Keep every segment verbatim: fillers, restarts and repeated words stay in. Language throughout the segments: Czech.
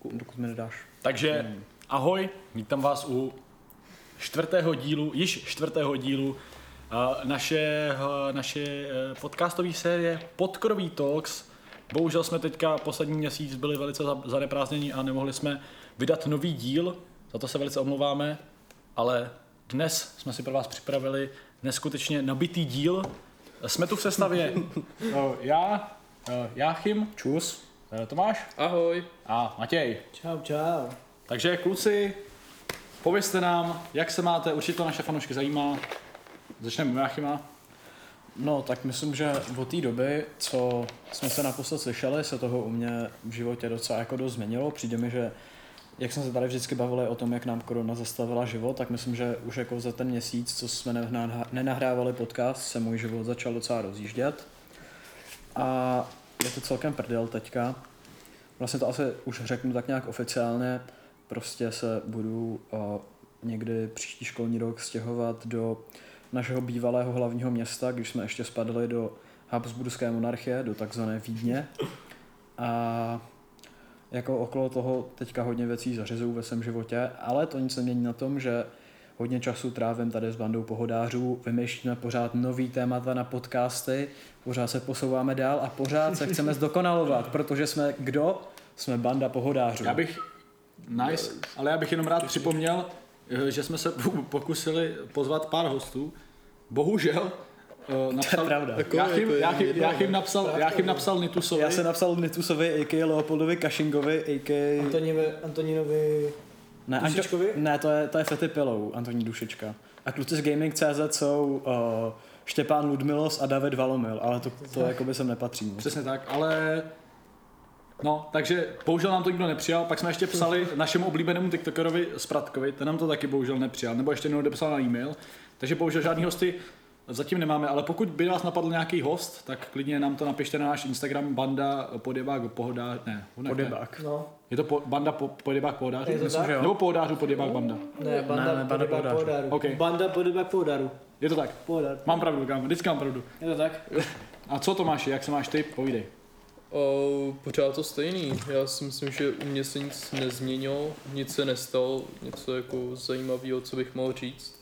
dokud mi nedáš. Takže hmm. ahoj, vítám vás u čtvrtého dílu, již čtvrtého dílu uh, naše, uh, naše uh, podcastové série Podkrový Talks. Bohužel jsme teďka poslední měsíc byli velice zaneprázdnění a nemohli jsme vydat nový díl, za to se velice omlouváme, ale dnes jsme si pro vás připravili neskutečně nabitý díl. Jsme tu v sestavě uh, já, uh, Jáchym, Čus, uh, Tomáš, ahoj, a Matěj. Čau, čau. Takže kluci, povězte nám, jak se máte, určitě to naše fanoušky zajímá. Začneme u Jáchyma. No, tak myslím, že od té doby, co jsme se naposled slyšeli, se toho u mě v životě docela jako dost změnilo. Přijde mi, že jak jsme se tady vždycky bavili o tom, jak nám korona zastavila život, tak myslím, že už jako za ten měsíc, co jsme nenahrávali podcast, se můj život začal docela rozjíždět. A je to celkem prdel teďka. Vlastně to asi už řeknu tak nějak oficiálně. Prostě se budu uh, někdy příští školní rok stěhovat do našeho bývalého hlavního města, když jsme ještě spadli do Habsburské monarchie, do takzvané Vídně. A jako okolo toho teďka hodně věcí zařizuju ve svém životě, ale to nic nemění na tom, že hodně času trávím tady s bandou pohodářů, vymýšlíme pořád nový témata na podcasty, pořád se posouváme dál a pořád se chceme zdokonalovat, protože jsme kdo? Jsme banda pohodářů. Já bych, nice, ale já bych jenom rád připomněl, že jsme se pokusili pozvat pár hostů. Bohužel uh, napsal, Jáchym, Jáchym, Jáchym napsal, Jáchym napsal Nitusovi. Já jsem napsal Nitusovi, a k a. Leopoldovi Kašingovi, a k a. Antonínovi, Antonínovi ne, Dušičkovi? Anto, ne, to je, to je Fety Pilou, Antonín Dušička. A kluci z Gaming tečka cé zet jsou uh, Štěpán Ludmilos a David Valomil, ale to, to jakoby sem nepatří. Ne? Přesně tak, ale no, takže bohužel nám to nikdo nepřijal, pak jsme ještě psali našemu oblíbenému tiktokerovi Spratkovi, ten nám to taky bohužel nepřijal, nebo ještě jednou odepsal na e-mail, takže bohužel žádný hosty zatím nemáme, ale pokud by vás napadl nějaký host, tak klidně nám to napište na náš Instagram banda podjebák pohodář, ne, podjebák. No. Je to po, banda po, podjebák pohodářů? Je to tak? Nebo pohodářů podjebák banda? Ne, banda, ne, ne, banda podjebák pohodářů. Okay. Banda podjebák pohodářů. Je to tak? Pohodár. Mám pravdu, kámo, vždycky mám pravdu. Je to tak? A co Tomáši, jak se máš ty? Povídej. O, pořád to stejný, já si myslím, že u mě se nic nezměnilo, nic se nestalo, něco jako zajímavého, co bych mohl říct.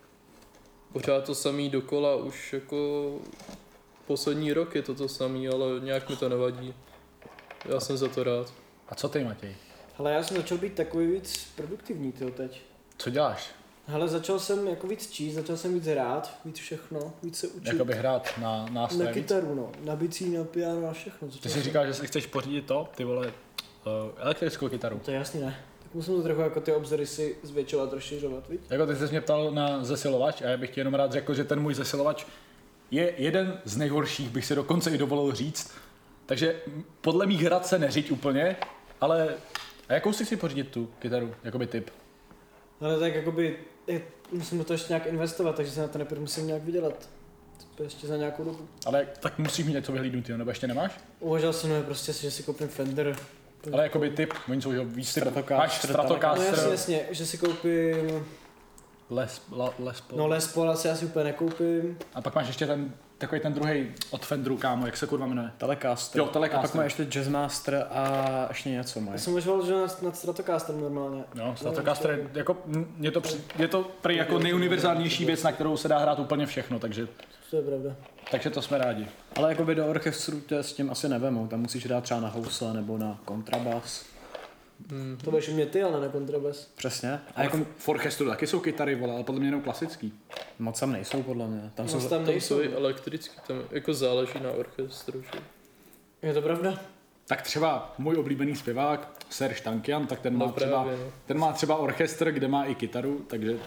Pořád to samý dokola, už jako poslední rok je to to samý, ale nějak mi to nevadí. Já jsem za to rád. A co ty, Matěj? Hele, já jsem začal být takový víc produktivní tyjo, teď. Co děláš? Hele, začal jsem jako víc číst, začal jsem víc hrát, víc všechno, víc se učit. Jakoby hrát na nástroje Na kytaru, no, na bicí, na piano a všechno. Ty jsi říkal, že si chceš pořídit to, ty vole, uh, elektrickou kytaru. To je jasný, ne? Tak musím to trochu jako ty obzory si zvětšovat, rozšiřovat, víš? Jako ty jsi mě ptal na zesilovač a já bych ti jenom rád řekl, že ten můj zesilovač je jeden z nejhorších, bych si dokonce i dovolil říct. Takže podle mých rad se neřiď úplně, ale a jakou si chci pořídit tu kytaru, jakoby tip? Ale tak jakoby, je, musím do toho ještě nějak investovat, takže se na to nejprve musím nějak vydělat. Ještě za nějakou dobu. Ale tak musíš mít něco vyhlídnutý, nebo ještě nemáš? Uvažoval jsem, no, prostě, že si koupím Fender. Ale jakoby tip, oni jsou víc typ, Stratocaster. máš Stratocaster. No jasně, jasně, že si koupím, Les, la, Les Paul. no Les Paul asi, asi úplně nekoupím. A pak máš ještě ten, takový ten druhý od Fenderu, kámo, jak se kurva jmenuje? Telecaster. Jo, Telecaster. A pak má ještě Jazzmaster a ještě něco mají. Já jsem uvažoval, že nad, nad Stratocasterem normálně. Jo, Stratocaster je, jako, je to, při, je to prý jako nejuniverzálnější věc, na kterou se dá hrát úplně všechno, takže, To je pravda. takže to jsme rádi. Ale jakoby do orchestru tě s tím asi nevemou, tam musíš dát třeba na housle nebo na kontrabas. Hmm. To budeš umět ty, ale na kontrabas. Přesně. A A jako jako v orchestru taky jsou kytary, vole, ale podle mě jenom klasický. moc tam nejsou podle mě. Tam Moc jsou tam Tam nejsou. jsou i elektrický, tam jako záleží na orchestru. Že? Je to pravda? Tak třeba můj oblíbený zpěvák, Serge Tankian, tak ten má, No třeba, právě, no. ten má třeba orchestr, kde má i kytaru, takže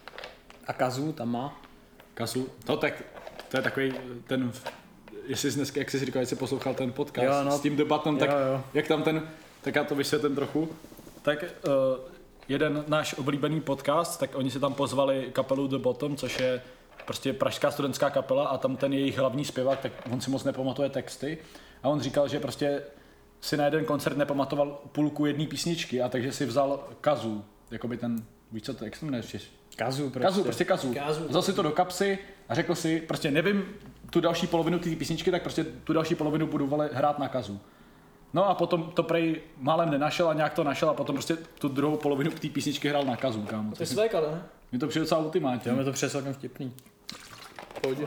a kazu tam má. kasu. To, tak, to je takový ten, jestli jsi dneska, jak jsi říkal, jsi poslouchal ten podcast Jo, no. s tím debatem, tak Jo, jo. jak tam ten, tak já to vysvětlím trochu. Tak uh, jeden náš oblíbený podcast, tak oni si tam pozvali kapelu The Bottom, což je prostě pražská studentská kapela a tam ten jejich hlavní zpěvák, tak on si moc nepamatuje texty a on říkal, že prostě si na jeden koncert nepamatoval půlku jedné písničky a takže si vzal kazu, jakoby ten, víš co to, jak se jmenuje ještě? Kazu prostě. Kazu, prostě kazu. Kazu. Vzal si to do kapsy a řekl si, prostě nevím tu další polovinu té písničky, tak prostě tu další polovinu budu vole hrát na kazu. No a potom to prej málem nenašel a nějak to našel a potom prostě tu druhou polovinu té písničky hrál na kazu, kámo. To je svék, ale ne? Mně to přijde docela ultimátně. Jo, mi to přijde celkem vtipný. Pohodě.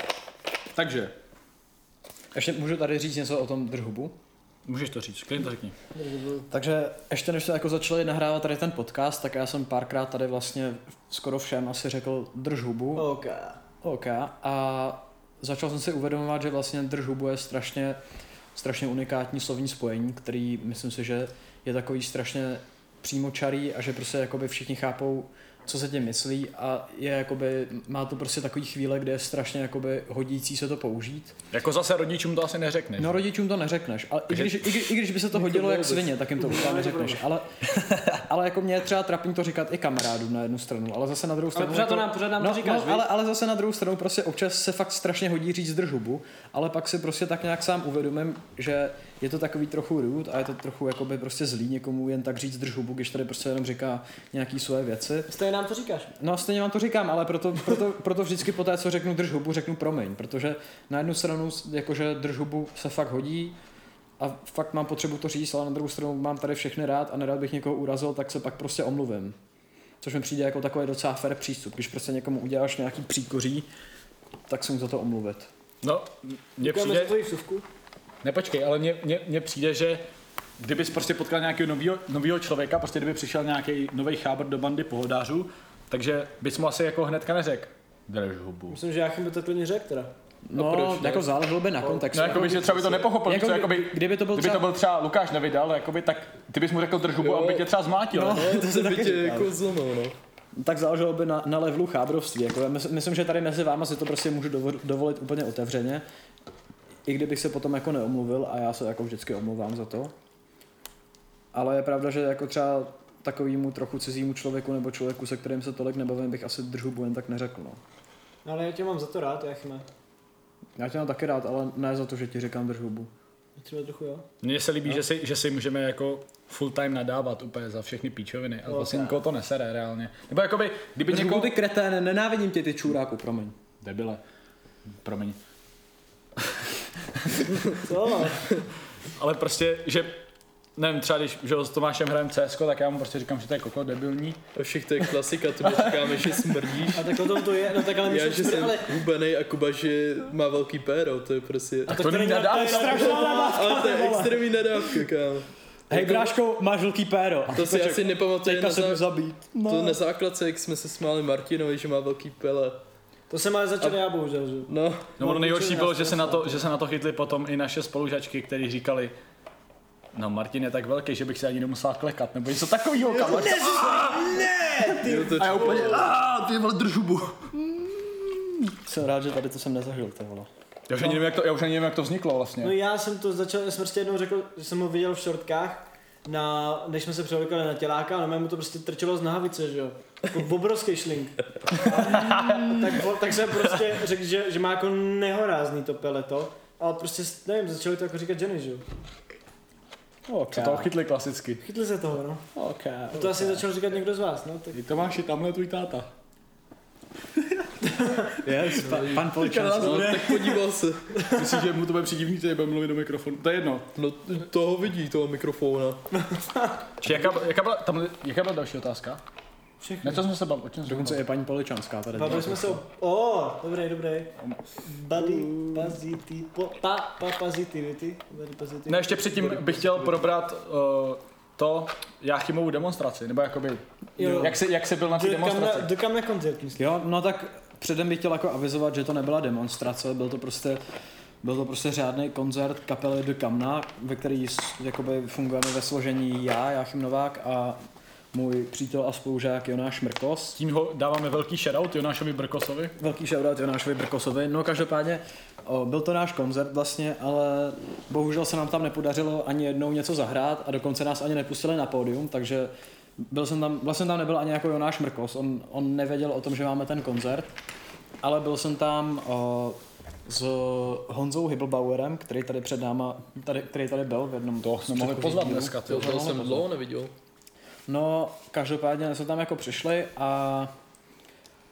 Takže, Ještě můžu tady říct něco o tom Držhubu? můžeš to říct, klidně to řekni. Takže ještě než jsme jako začali nahrávat tady ten podcast, tak já jsem párkrát tady vlastně skoro všem asi řekl drž hubu. OK. OK. A začal jsem si uvědomovat, že vlastně drž hubu je strašně, strašně unikátní slovní spojení, který myslím si, že je takový strašně přímočarý a že prostě jakoby všichni chápou, co se tím myslí a je jakoby, má to prostě takový chvíle, kde je strašně jakoby hodící se to použít. Jako zase rodičům to asi neřekneš. No rodičům to neřekneš, ale i když, i, kdy- i když by se to hodilo jak svině, tak jim to úplně neřekneš, ale, ale jako mě je třeba trapný to říkat i kamarádům na jednu stranu, ale zase na druhou stranu... Ale pořád to jako- nám, pořád nám no, to říkáš, no, ale, ale zase na druhou stranu prostě občas se fakt strašně hodí říct drž hubu, ale pak si prostě tak nějak sám uvědomím, že je to takový trochu rude a je to trochu jakoby prostě zlý někomu jen tak říct drž hubu, když tady prostě jenom říká nějaký svoje věci. Stejně nám to říkáš. No stejně vám to říkám, ale proto, proto, proto vždycky po té, co řeknu drž hubu, řeknu promiň, protože na jednu stranu jakože drž hubu se fakt hodí a fakt mám potřebu to říct, ale na druhou stranu mám tady všechny rád a nerad bych někoho urazil, tak se pak prostě omluvím. Což mi přijde jako takový docela fair přístup, když prostě někomu uděláš nějaký příkoří, tak se mu za to omluvit. No, mně Děkujeme přijde... za tvoji vsuvku. Nepočkej, ale mně, mně, mně přijde, že kdybys prostě potkal nějakého novýho, novýho člověka, prostě kdyby přišel nějaký nový chábr do bandy pohodářů, takže bys mu asi jako hnedka neřekl. Drž hubu. Myslím, že Jáchym by to klidně řekl teda. No, proč ne? jako záleželo by na kontextu. No, jakoby, že třeba by to nepochopil, Jako jako, by- jakoby, kdyby to byl kdyby třeba- to byl třeba Lukáš Nevidal, jakoby, tak ty bys mu řekl drž hubu, Jo. aby tě třeba zmátil. No. No. To se by taky tě říkal. jako zlomil, no. Tak záleželo by na, na levelu chábrovství. Jako já mys- myslím, že tady mezi váma si to prostě můžu dovo- dovolit úplně otevřeně. I kdybych se potom jako neomluvil a já se jako vždycky omluvám za to. Ale je pravda, že jako třeba takovýmu trochu cizímu člověku nebo člověku, se kterým se tolik nebavím, bych asi drž hubu jen tak neřekl. No. Ale já tě mám za to rád, Jáchyme. Já tě mám taky rád, ale ne za to, že ti říkám drž hubu. Třeba trochu jo. Mně se líbí, že si, že si můžeme jako full time nadávat úplně za všechny píčoviny a vlastně Ok. nikoho to nesere reálně. Nebo jakoby, kdyby Drž někoho... hubu ty kreténe, nenávidím tě ty čůráku, promiň. Debile. Promiň. Co? Ale prostě, že nevím, třeba když že s Tomášem hrajem C S ko, tak já mu prostě říkám, že to je koko debilní. A všech to je klasika, to mi říkáme, že smrdíš. A tak o tom to je, no tak ale my Já, jsme že smr- jsem ale... hubenej a Kuba, že má velký péro, to je prostě... A to to není není- to je nadávka. strašná nadávka. Ale to je extrémní nadávka, kámo. Hej bráško, máš velký péro. A To si asi nepamatuje teďka na, se jdu zá... zabít. No. to na základce, jak jsme se smáli Martinovi, že má velký pele. To jsem ale začal já bohužel, že? No, No ono nejhorší určitě bylo, nás že se, na to, to že se na to chytli potom i naše spolužačky, kteří říkali, no Martin je tak velký, že bych se ani nemusela klekat, nebo něco takového, kamo. jo, to A já úplně, aaa, ty vole, drž hubu. Jsem rád, že tady to jsem nezažil, to vole. Já už ani nevím, jak to, já už ani nevím, jak to vzniklo No vlastně. já jsem to začal, já jsem prostě jednou řekl, že jsem ho viděl v šortkách, na, když jsme se převlekali na těláka, a no mu to prostě trčelo z nohavice, že jo. Jako obrovský šlink. A, tak, tak jsem prostě řekl, že, že má jako nehorázný to peleto, ale prostě, nevím, začali to jako říkat ženy, že jo. Okay. Co toho chytli klasicky. Chytli se toho, no. Okay, A to asi začal říkat někdo z vás, no. Tak... Ty Tomáši, tamhle je tvůj táta. Yes, pa, pan Poličan. no, tak podíval se. Myslíš, že mu to bude přidivný, že bude mluvit do mikrofonu? To je jedno. No, toho vidí, toho mikrofona. Či jaká, jaká, byla, tam, jaká byla další otázka? Všechno. Ne, to jsme se bavili, o čem jsme se Dokonce bavili? je paní Poličanská tady. Bavili jsme se o... O, dobrý, dobrý. Body positivity. Po, pa, pa, positivity. Body positivity. Ne, ještě předtím bych chtěl probrat uh, to Jáchymovu demonstraci, nebo jakoby, Jo. jak jsi, jak jsi byl na té Jdu kam na, demonstraci. jdu kam na koncert, myslím. Jo, no tak předem bych chtěl jako avizovat, že to nebyla demonstrace, byl to prostě byl to prostě řádný koncert kapely The Kamna, ve který s- jakoby fungujeme ve složení já, Jáchym Novák a můj přítel a spolužák Jonáš Mrkos. Tím ho dáváme velký shoutout Jonášovi Brkosovi. Velký shoutout Jonášovi Brkosovi. No každopádně o, byl to náš koncert vlastně, ale bohužel se nám tam nepodařilo ani jednou něco zahrát a dokonce nás ani nepustili na pódium, takže byl jsem tam, vlastně tam nebyl ani jako Jonáš Mrkos, on, on nevěděl o tom, že máme ten koncert, ale byl jsem tam o, s Honzou Hybelbauerem, který tady před náma, tady, který tady byl v jednom To jsme mohli předchozích pozvat dílů. dneska. Ty. To, to jsem dlouho neviděl. No, každopádně jsme tam jako přišli a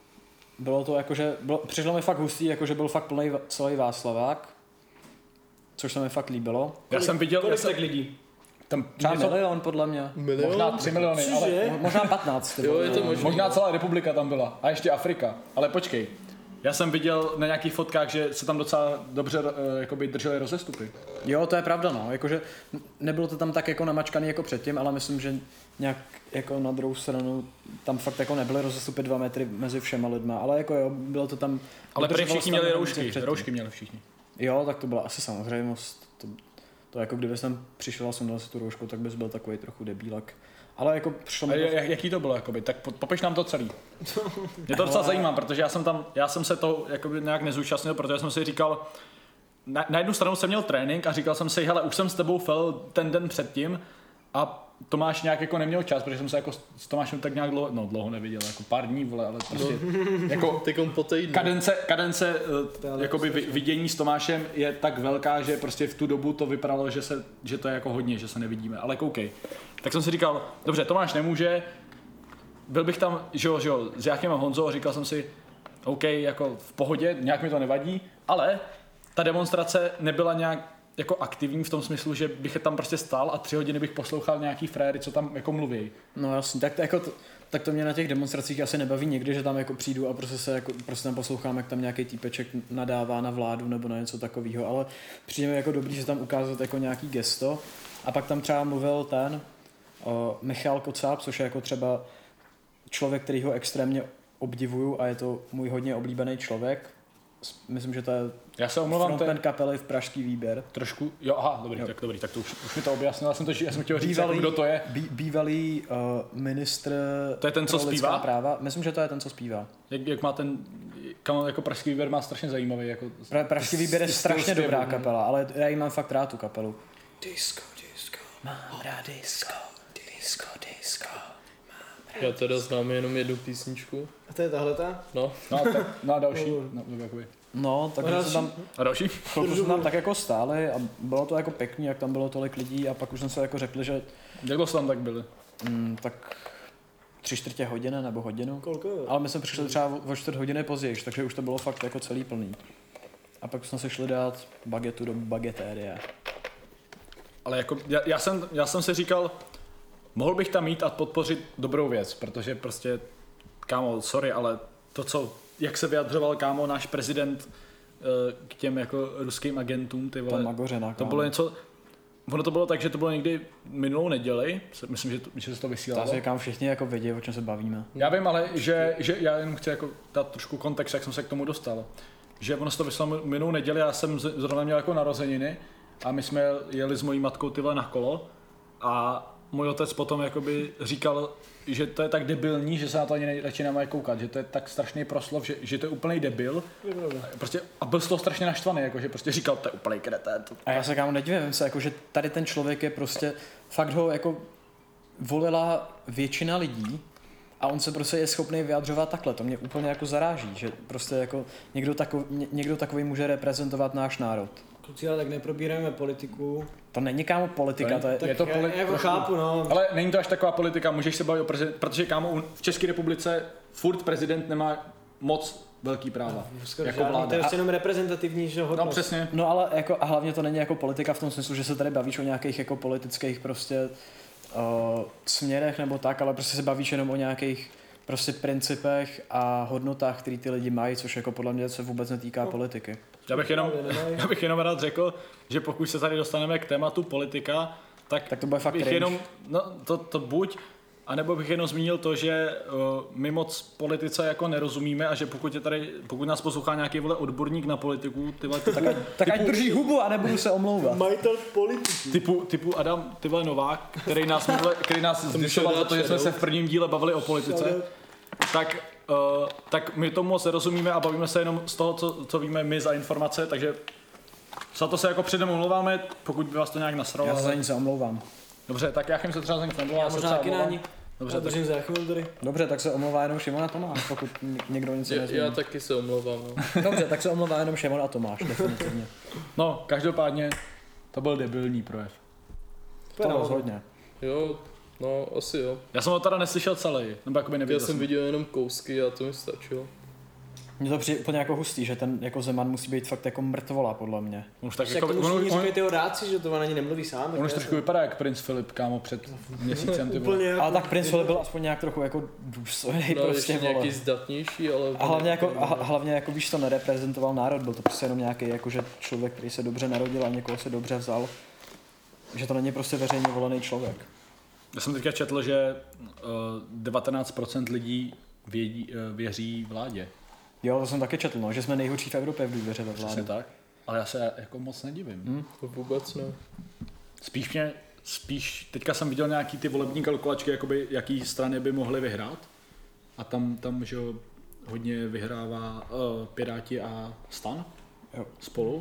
bylo to jako, že bylo, přišlo mi fakt hustý, jako že byl fakt plný celý Václavák. což se mi fakt líbilo. Já jsem viděl, já Kolik jsem, tak lidí? tam Třeba něco, milion podle mě. Milion? možná tři miliony, ale Cože? Mo- Možná patnáct. ty Jo, vole. je to možný. možná celá republika tam byla. A ještě Afrika. Ale počkej. Já jsem viděl na nějakých fotkách, že se tam docela dobře uh, jakoby držely rozestupy. Jo, to je pravda, no. Jakože nebylo to tam tak jako namačkaný jako předtím, ale myslím, že nějak jako na druhou stranu tam fakt jako nebyly rozestupy dva metry mezi všema lidma, ale jako jo, bylo to tam... Ale prý dodržovalo všichni se tam měli mnohem víc roušky. než předtím. Roušky měli všichni. Jo, tak to byla asi samozřejmost. To, to jako kdybys tam přišel a sundal si tu roušku, tak bys byl takový trochu debílek. Ale jako přišlo A mi to... jak, jaký to bylo, jakoby? Tak po- popiš nám to celý. Mě to docela zajímá, protože já jsem tam, já jsem se to jakoby nějak nezúčastnil, protože jsem si říkal, na, na jednu stranu jsem měl trénink a říkal jsem si, hele, už jsem s tebou fel ten den předtím a Tomáš nějak jako neměl čas, protože jsem se jako s Tomášem tak nějak dlouho, no dlouho neviděl, jako pár dní, vole, ale prostě jako Teďkom po týdnu. kadence, kadence To je uh, ale jakoby vi- strašně. vidění s Tomášem je tak velká, že prostě v tu dobu to vypadalo, že, se, že to je jako hodně, že se nevidíme, ale koukej. Tak jsem si říkal, dobře, Tomáš nemůže, byl bych tam, že jo, že jo, s Jáchym a Honzou a říkal jsem si, OK, jako v pohodě, nějak mi to nevadí, ale ta demonstrace nebyla nějak jako aktivní v tom smyslu, že bych tam prostě stál a tři hodiny bych poslouchal nějaký fréry, co tam jako mluví. No jasně, tak to, jako to, tak to mě na těch demonstracích asi nebaví někdy, že tam jako přijdu a prostě se jako, prostě tam poslouchám, jak tam nějaký týpeček nadává na vládu nebo na něco takového, ale přijde mi jako dobrý, že tam ukázat jako nějaký gesto. A pak tam třeba mluvil ten o, Michal Kocáb, což je jako třeba člověk, který ho extrémně obdivuju a je to můj hodně oblíbený člověk. S- Myslím, že to je Já se omlouvám, to frontman je kapely v Pražský výběr. trošku, jo, aha, dobrý, Jo. tak dobrý, tak to už, už mi to objasnil, já jsem, to, já jsem chtěl říct, Bývalý, jako, kdo to je. Bí, bývalý uh, ministr To je ten, co pro lidská zpívá? práva. Myslím, že to je ten, co zpívá. Jak, jak má ten, kam, jako pražský výběr má strašně zajímavý, jako Pra, Pražský výběr je styl strašně zpěvu. dobrá kapela, ale já jí mám fakt rád tu kapelu. Disco, disco. Mám rád disco, disco, disco. Já teda znám jenom jednu písničku. A to je tahleta? No, No a, tak, no a další, no, jakoby. No, takže Další? jsme tam, A další? chvilku jsme tam tak jako stáli a bylo to jako pěkný, jak tam bylo tolik lidí a pak už jsme se jako řekli, že Jak dlouho jste tam tak byli? mm, tak tři čtvrtě hodiny nebo hodinu. Kolko jo? Ale my jsme přišli třeba o o čtvrt hodiny později, takže už to bylo fakt jako celý plný. A pak jsme se šli dát bagetu do bagetérie. Ale jako, já, já, jsem, já jsem si říkal, mohl bych tam jít a podpořit dobrou věc, protože prostě, kámo, sorry, ale to, co, jak se vyjadřoval, kámo, náš prezident eh, k těm jako ruským agentům, ty Ta vole, Magořena. to kámo. bylo něco, ono to bylo tak, že to bylo někdy minulou neděli, myslím, že, to, že se to To vysílalo. asi kam všichni jako vědí, o čem se bavíme. Já vím, ale že, že já jenom chci jako dát trošku kontext, jak jsem se k tomu dostal. Že ono se to vyslalo minulou neděli, já jsem z- zrovna měl jako narozeniny a my jsme jeli s mojí matkou ty vole na kolo a můj otec potom jakoby říkal, že to je tak debilní, že se na to ani radši nemají koukat, že to je tak strašný proslov, že, že to je úplný debil. Prostě, a byl z toho strašně naštvaný, jako, že prostě říkal, to je úplný kretén. To... A já se kámo nedivím se, jako, že tady ten člověk je prostě, fakt ho jako volila většina lidí a on se prostě je schopný vyjadřovat takhle, to mě úplně jako zaráží, že prostě jako někdo, takový, někdo takový může reprezentovat náš národ. Kluci, ale tak neprobíráme politiku. To není kámo politika, to je, Tak Je to já, poli- já jako trošku- chápu, no. Ale není to až taková politika, můžeš se bavit o prezidentu, protože kámo, u- v České republice furt prezident nemá moc velký práva. Skoro jako žádný, vláda. to je A- prostě jenom reprezentativní, že No hodnost. přesně. No ale jako, a hlavně to není jako politika v tom smyslu, že se tady bavíš o nějakých jako politických prostě uh, směrech nebo tak, ale prostě se bavíš jenom o nějakých prostě principech a hodnotách, které ty lidi mají, což jako podle mě se vůbec netýká No. politiky. Já bych, jenom, Nemají. já bych jenom rád řekl, že pokud se tady dostaneme k tématu politika, tak, Tak to bude fakt bych cringe. jenom, no to, to buď, anebo bych jenom zmínil to, že uh, my moc politice jako nerozumíme a že pokud, je tady, pokud nás poslouchá nějaký vole odborník na politiku, ty vole, typu, Tak ať drží hubu a nebudu se omlouvat. Majitel politiky. typu, typu Adam, ty vole Novák, který nás, minule, který nás zdisoval za to, že jsme se v prvním díle bavili o politice, tak, uh, tak my tomu moc nerozumíme a bavíme se jenom z toho, co, co víme my za informace, takže za to se jako předem omlouváme, pokud by vás to nějak nasralo. Já se za ale- nic omlouvám. Dobře, tak já se třeba za nic nemluvám, Já já se možná třeba taky na omlouvám. ní. Dobře, Já tak, držím záchvěl tady. Dobře, tak se omlouvá jenom Šimon a Tomáš, pokud n- někdo nic já, nezmíní. já taky se omlouvám. No. Dobře, tak se omlouvá jenom Šimon a Tomáš, definitivně. no, každopádně to byl debilní projev. To rozhodně. Jo, no asi jo. Já jsem ho teda neslyšel celý, nebo jakoby Já neviděl jsem jsem. viděl jenom kousky a to mi stačilo. Mně to přijde úplně jako hustý, že ten jako Zeman musí být fakt jako mrtvola, podle mě. On už tak Tak jako, jako, on, on, on, říkají ty ráci, že to on ani nemluví sám. on už trošku vypadá jak princ Filip, kámo, před měsícem, ty vole. Úplně jako, Ale tak Prince Philip byl aspoň nějak trochu jako důstojný No, prostě, ještě vole. nějaký zdatnější, ale... A hlavně jako, a hlavně jako víš, to nereprezentoval národ, byl to prostě jenom nějaký jakože člověk, který se dobře narodil a někoho se dobře vzal. Že to není prostě veřejně volený člověk. Já jsem teďka četl, že uh, devatenáct procent lidí vědí, uh, věří vládě. Jo, to jsem taky četl, no, že jsme nejhorší v Evropě v důvěře ve Přesně vládu. tak. Ale já se jako moc nedivím. Hm? To vůbec ne. Spíš mě, spíš, teďka jsem viděl nějaký ty volební kalkulačky, jakoby, jaký strany by mohly vyhrát. A tam, tam že jo, hodně vyhrává uh, Piráti a Stan Jo. spolu.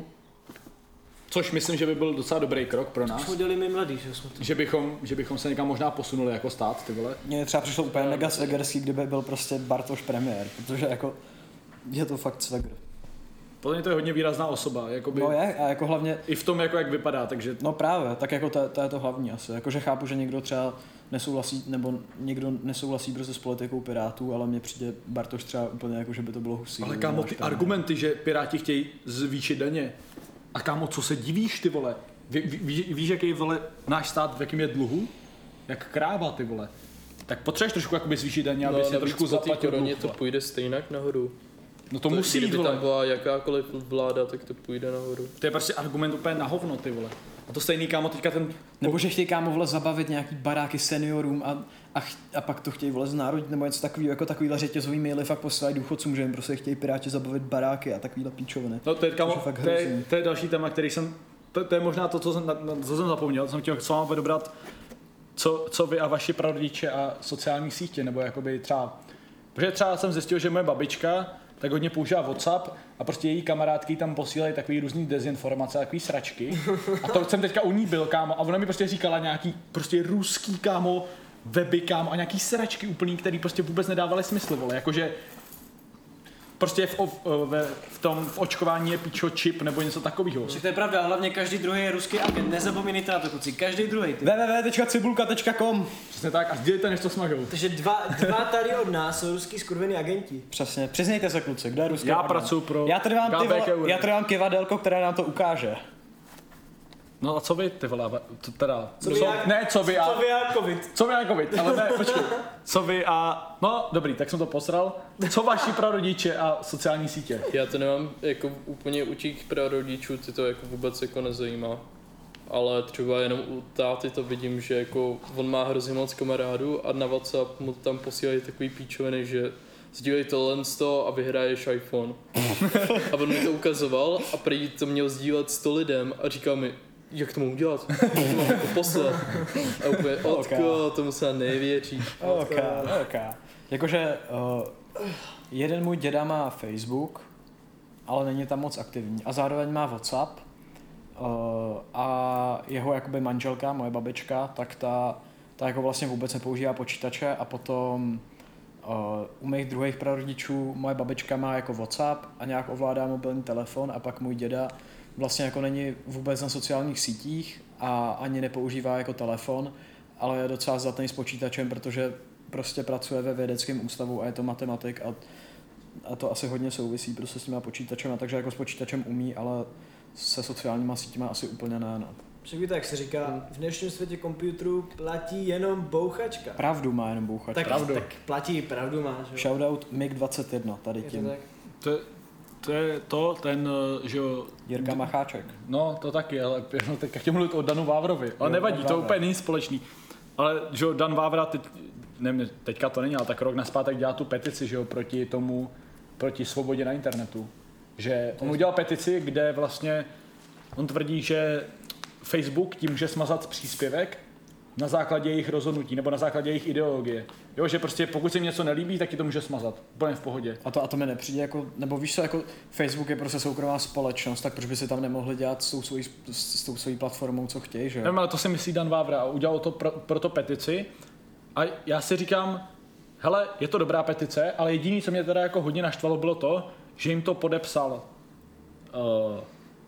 Což myslím, že by byl docela dobrý krok pro nás. Chodili my mladí, že jsme to. Že bychom, že bychom se někam možná posunuli jako stát, ty vole. Mně třeba přišlo úplně mega svegerský, kdyby byl prostě Bartoš premiér, protože jako je to fakt swagger. Podle mě to je hodně výrazná osoba, jakoby, No je, a jako hlavně, i v tom, jako jak vypadá, takže no právě, tak jako to, to je to hlavní asi. Jakože chápu, že někdo třeba nesouhlasí, nebo někdo nesouhlasí prostě s politikou Pirátů, ale mně přijde Bartoš třeba úplně jako, že by to bylo husí. ale kdyby kámo, náš ty premiér. argumenty, že Piráti chtějí zvýšit daně. A kámo, co se divíš, ty vole? Ví, ví, víš, jaký je, vole, náš stát, v jakém je dluhu? Jak kráva, ty vole. Tak potřebuješ trošku jakoby zvýšit daně, aby No, si navíc trošku po té zaplatil koroně dluh, to vole. půjde stejnak nahoru. No to, To, musí jít, kdyby vole. tam byla jakákoliv vláda, tak to půjde nahoru. To je prostě argument úplně na hovno, ty vole. A to stejný, kámo, teďka ten... Nebo že chtějí kámo vole zabavit nějaký baráky seniorům a, a, ch- a pak to chtějí vole znárodit nebo něco takového, jako takovýhle řetězový maily fakt posílají důchodcům, že jim prostě chtějí Piráti zabavit baráky a takovýhle píčoviny. No to je, kámo, Což je fakt to, je, hrozný. to je další téma, který jsem... To, to je možná to, co jsem, na, na, co jsem zapomněl, jsem chtěl s vámi dobrat, co, co vy a vaši prarodiče a sociální sítě, nebo jakoby třeba... Protože třeba jsem zjistil, že moje babička tak hodně používá WhatsApp a prostě její kamarádky tam posílají takový různý dezinformace, takový sračky. A to jsem teďka u ní byl, kámo, a ona mi prostě říkala nějaký prostě ruský, kámo, weby, kámo, a nějaký sračky úplný, který prostě vůbec nedávaly smysl, vole, jakože prostě v, v, ve, v tom v očkování je pičo čip nebo něco takového. To je pravda, hlavně každý druhý je ruský agent, nezapomínejte na to, kluci, každý druhý. Ty. w w w tečka cibulka tečka com Přesně tak, a sdělte, než to smažou. Takže dva, dva tady od nás jsou ruský skurvený agenti. Přesně, přiznejte se kluci, kdo je ruský Já agent? pracuji pro Já tady mám, ty K B K vole, U R. já tady mám kivadelko, které nám to ukáže. No a co vy, ty vole, to teda, Co vy jak- ne, co vy a, Co vy a covid? co vy a covid, ale ne, počkej, co vy a, no dobrý, tak jsem to posral, co vaši prarodiče a sociální sítě? Já to nemám jako úplně u těch prarodičů, ty to jako vůbec jako nezajímá. Ale třeba jenom u táty to vidím, že jako on má hrozně moc kamarádů a na WhatsApp mu tam posílají takový píčoviny, že sdílej tohle z toho a vyhraješ iPhone. A on mi to ukazoval a prý to měl sdílet sto lidem a říkal mi, jak to mám udělat? Jak to mám jako poslat? A úplně, otko, tomu se nevěří. Ok, ok. Jakože uh, jeden můj děda má Facebook, ale není tam moc aktivní. A zároveň má WhatsApp. Uh, a jeho jakoby manželka, moje babička, tak ta, ta jako vlastně vůbec nepoužívá počítače a potom uh, u mých druhých prarodičů moje babička má jako WhatsApp a nějak ovládá mobilní telefon a pak můj děda vlastně jako není vůbec na sociálních sítích a ani nepoužívá jako telefon, ale je docela zdatný s počítačem, protože prostě pracuje ve vědeckém ústavu a je to matematik a, a to asi hodně souvisí prostě s těma počítačem, takže jako s počítačem umí, ale se sociálníma sítěma asi úplně ne, no. Však víte, jak se říká, v dnešním světě počítačů platí jenom bouchačka. Pravdu má jenom bouchač. Tak, Pravdu. tak platí, pravdu má, že jo? Shoutout mig dvacet jedna, tady Je to tím. tak? To je, to je to, ten, eh, že jo, Jirka Macháček. no to taky, ale no, teďka chtěl mluvit o Danu Vávrovi, ale Jo, nevadí, Dan to Vávra. úplně není společný. Ale že jo, Dan Vávra, teď, nevím, teďka to není, ale tak rok naspátek dělá tu petici, že jo, proti tomu, proti svobodě na internetu. Že on udělal petici, kde vlastně on tvrdí, že Facebook tím může smazat příspěvek na základě jejich rozhodnutí nebo na základě jejich ideologie. Jo, že prostě pokud se mi něco nelíbí, tak ti to může smazat. Úplně v pohodě. A to, a to mi nepřijde jako, nebo víš co, jako Facebook je prostě soukromá společnost, tak proč by si tam nemohli dělat s tou svojí, s, s tou svojí platformou, co chtějí, že jo? Nevím, ale to si myslí Dan Vávra a udělal to pro, pro to petici. A já si říkám, hele, je to dobrá petice, ale jediné, co mě teda jako hodně naštvalo, bylo to, že jim to podepsal uh,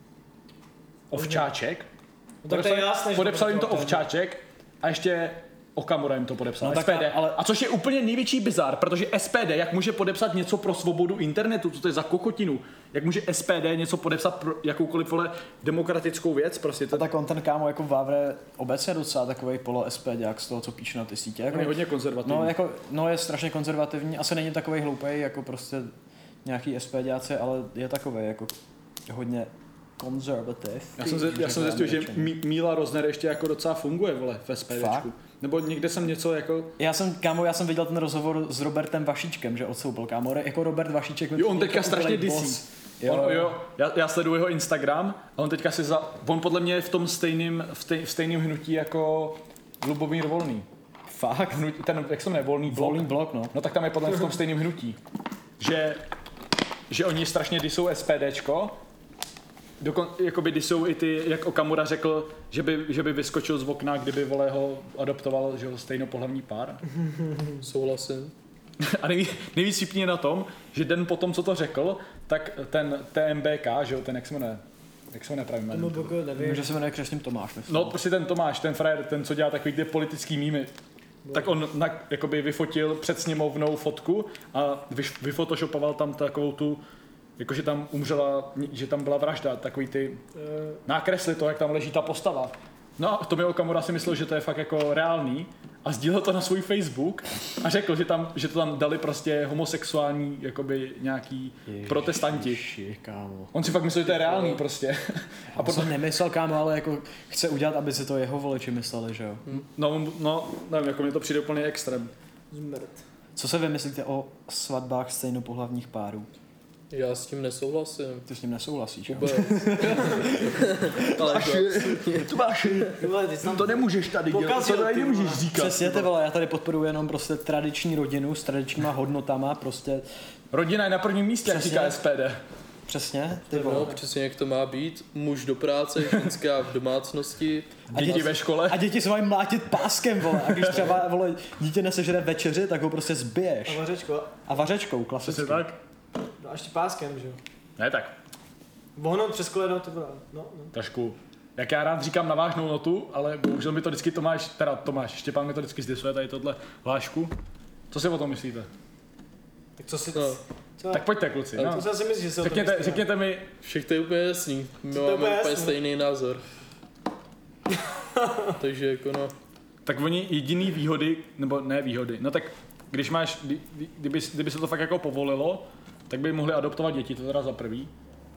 Ovčáček. No tak to je Podepsal- jasné, že podepsal jim to podepsal ten- Ovčáček a ještě Okamura jim to podepsal, No tak S P D. ale- A což je úplně největší bizar, protože S P D, jak může podepsat něco pro svobodu internetu, co to je za kokotinu, jak může S P D něco podepsat pro jakoukoliv vole demokratickou věc, prostě to A tak on ten kámo jako Vávre obecně docela takovej polo SPďák z toho, co píše na ty sítě. Jako, on je hodně konzervativní. no, jako, no je strašně konzervativní, asi není takovej hloupej jako prostě nějaký SPďáci, ale je takovej jako hodně konzervativ. Já jsem, já jsem zjistil, že Mí- Míla Rozner ještě jako docela funguje, vole, v SPDčku. Fakt? Nebo někde jsem něco jako... Já jsem, kámo, já jsem viděl ten rozhovor s Robertem Vašíčkem, že odstoupil, kámo, jako Robert Vašíček. Jo, on teďka jako strašně úplnej disí. boss. Jo, on, jo, já, já sleduju jeho Instagram a on teďka si za... On podle mě je v tom stejným, v, tej, v stejným hnutí jako Lubomír Volný. Fakt? Hnutí, ten, jak se jmenuje, Volný blok. Volný blok, no. No tak tam je podle mě v tom stejným hnutí. Že, že oni strašně disou SPDčko, Dokon, jakoby disou i ty, jak Okamura řekl, že by, že by vyskočil z okna, kdyby vole ho adoptoval, že ho stejnopohlavní pár. Souhlasím. A nejvíc, nejvíc vtipný je na tom, že den potom, co to řekl, tak ten T M B K, že jo, ten jak se jmenuje, jak se jmenuje pravý jméno? Tomu boku nevím. Vím, že se jmenuje Křesním Tomáš, myslím. No prostě ten Tomáš, ten frajer, ten co dělá takový ty politický mýmy, tak on na, jakoby vyfotil před sněmovnou fotku a vy, vyfotoshopoval tam takovou tu, jakože tam umřela, že tam byla vražda, takový ty nákresly toho, jak tam leží ta postava. No a Tomio Okamura si myslel, že to je fakt jako reálný a sdílel to na svůj Facebook a řekl, že, tam, že to tam dali prostě homosexuální jakoby nějaký Ježiši, protestanti. Ježiši, kámo. On si fakt myslel, že to je reálný prostě. A potom jsem nemyslel, kámo, ale jako chce udělat, aby si to jeho voliči mysleli, že jo. No, no, nevím, jako mi to přijde úplně extrém. Zmrt. Co se vymyslíte o svatbách stejnopohlavních párů? Já s tím nesouhlasím. Ty s ním nesouhlasíš, jo? Vůbec. Ale To máš, Vole, ty jsi tam to nemůžeš tady dělat, Pokazil, to tady ty nemůžeš vole. říkat. Přesně ty vole, já tady podporuji jenom prostě tradiční rodinu s tradičníma hodnotama, prostě Rodina je na prvním místě, jak Přesně. říká S P D. přesně, ty no, vole. přesně jak to má být. Muž do práce, ženská v domácnosti. Děti ve škole. A děti se mají mlátit páskem, vole. A když třeba, vole, dítě nesežere večeři, tak ho prostě a zbiješ. vařečko. A vařečkou, klasicky. Přesně tak? No a ještě páskem, že jo. Ne tak, Vohnout přes koleno, ty vole. No, no. trošku. Jak já rád říkám na vážnou notu, ale bohužel mi to vždycky Tomáš, teda Tomáš, Štěpán mi to vždycky zdisuje tady tohle hlášku. Co si o tom myslíte? Tak co si... No. Co? Tak pojďte kluci, Ale no. Co si myslíš, že se o tom Řekněte, myslí? řekněte mi, Všech to je úplně jasný. My To je úplně máme úplně jasný. stejný názor. Takže jako no. tak oni jediný výhody, nebo ne výhody, no tak když máš, kdy- kdyby, kdyby se to fakt jako povolilo, tak by mohli adoptovat děti, to teda za prvý.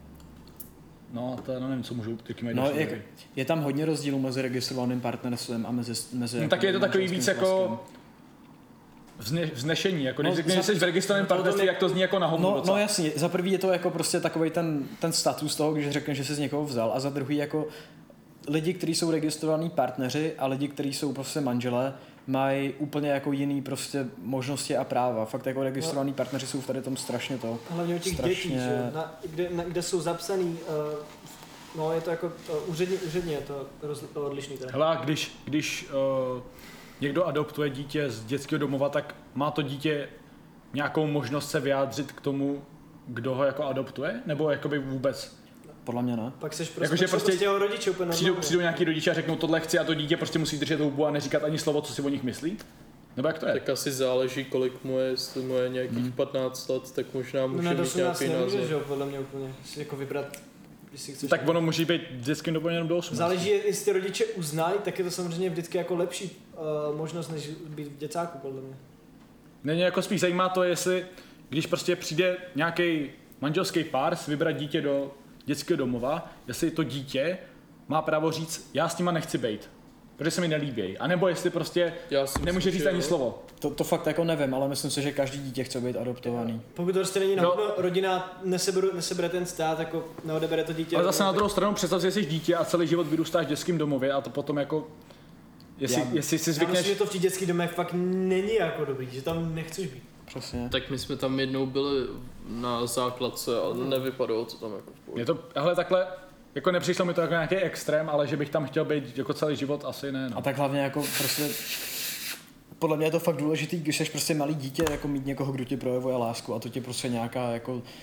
No, to já nevím, co můžou, jaký mají No, další je, výhody. je tam hodně rozdílů mezi registrovaným partnerstvem a mezi, mezi No, tak je to takový víc manželským jako svazkem. vzne, vznešení, jako když No, řekneš, že za- jsi v registrovaném no, to- to partnerství, ne- jak to zní jako na hovno No, docela. no jasně, za prvý je to jako prostě takový ten, ten status toho, když řekneš, že jsi z někoho vzal, a za druhý jako lidi, kteří jsou registrovaní partneři a lidi, kteří jsou prostě manželé, mají úplně jako jiný prostě možnosti a práva. Fakt jako registrovaní partneři jsou v tady tom strašně to. Hlavně u těch strašně- dětí, že jo. Na, kde, na, kde jsou zapsaný, uh, no je to jako uh, úředně, úředně je to roz, odlišný teda. Hele, a když, když uh, někdo adoptuje dítě z dětského domova, tak má to dítě nějakou možnost se vyjádřit k tomu, kdo ho jako adoptuje? Nebo jakoby vůbec? Podle mě ne. Pak seš prostě, Jakože pak jsou prostě prostě jeho rodiče úplně Přijdou, normálně. přijdou nějaký rodiče a řeknou tohle chci a to dítě prostě musí držet houbu a neříkat ani slovo, co si o nich myslí? Nebo jak to je? Tak asi záleží, kolik mu je, jestli mu je nějakých patnáct let, tak možná No může na mít osmnáct nějaký nemůžeš, že názor. jo, podle mě úplně. Si jako vybrat, když si chceš. Tak ono může být v dětském domově jenom do osmnácti. Záleží, jestli ty rodiče uznají, tak je to samozřejmě vždycky jako lepší uh, možnost, než být v děcáku, podle mě. Mě jako spíš zajímá to, jestli když prostě přijde nějaký manželský pár si vybrat dítě do dětského domova, jestli to dítě má právo říct, já s nima nechci bejt, protože se mi nelíbí. A nebo jestli prostě Já si nemůže myslím, říct že ani jo. slovo. To, to fakt jako nevím, ale myslím si, že každý dítě chce být adoptovaný. Pokud to prostě není na No. no. rodina, nesebere, nesebere ten stát, jako neodebere to dítě. Ale zase na tak- druhou stranu představ si, že jsi dítě a celý život vyrůstáš v dětském domově a to potom jako, jestli, Já- jestli si Já zvykneš... myslím, že to v těch dětských domech fakt není jako dobrý, že tam nechceš být. Přesně. Tak my jsme tam jednou byli na základce a nevypadalo to tam jako v pohodě. Je to, hele, takhle, jako nepřišlo mi to jako nějaký extrém, ale že bych tam chtěl být jako celý život, asi ne. No. A tak hlavně jako prostě podle mě je to fakt důležitý, když jsi prostě malý dítě, jako mít někoho, kdo ti projevuje lásku a to tě prostě nějaká jako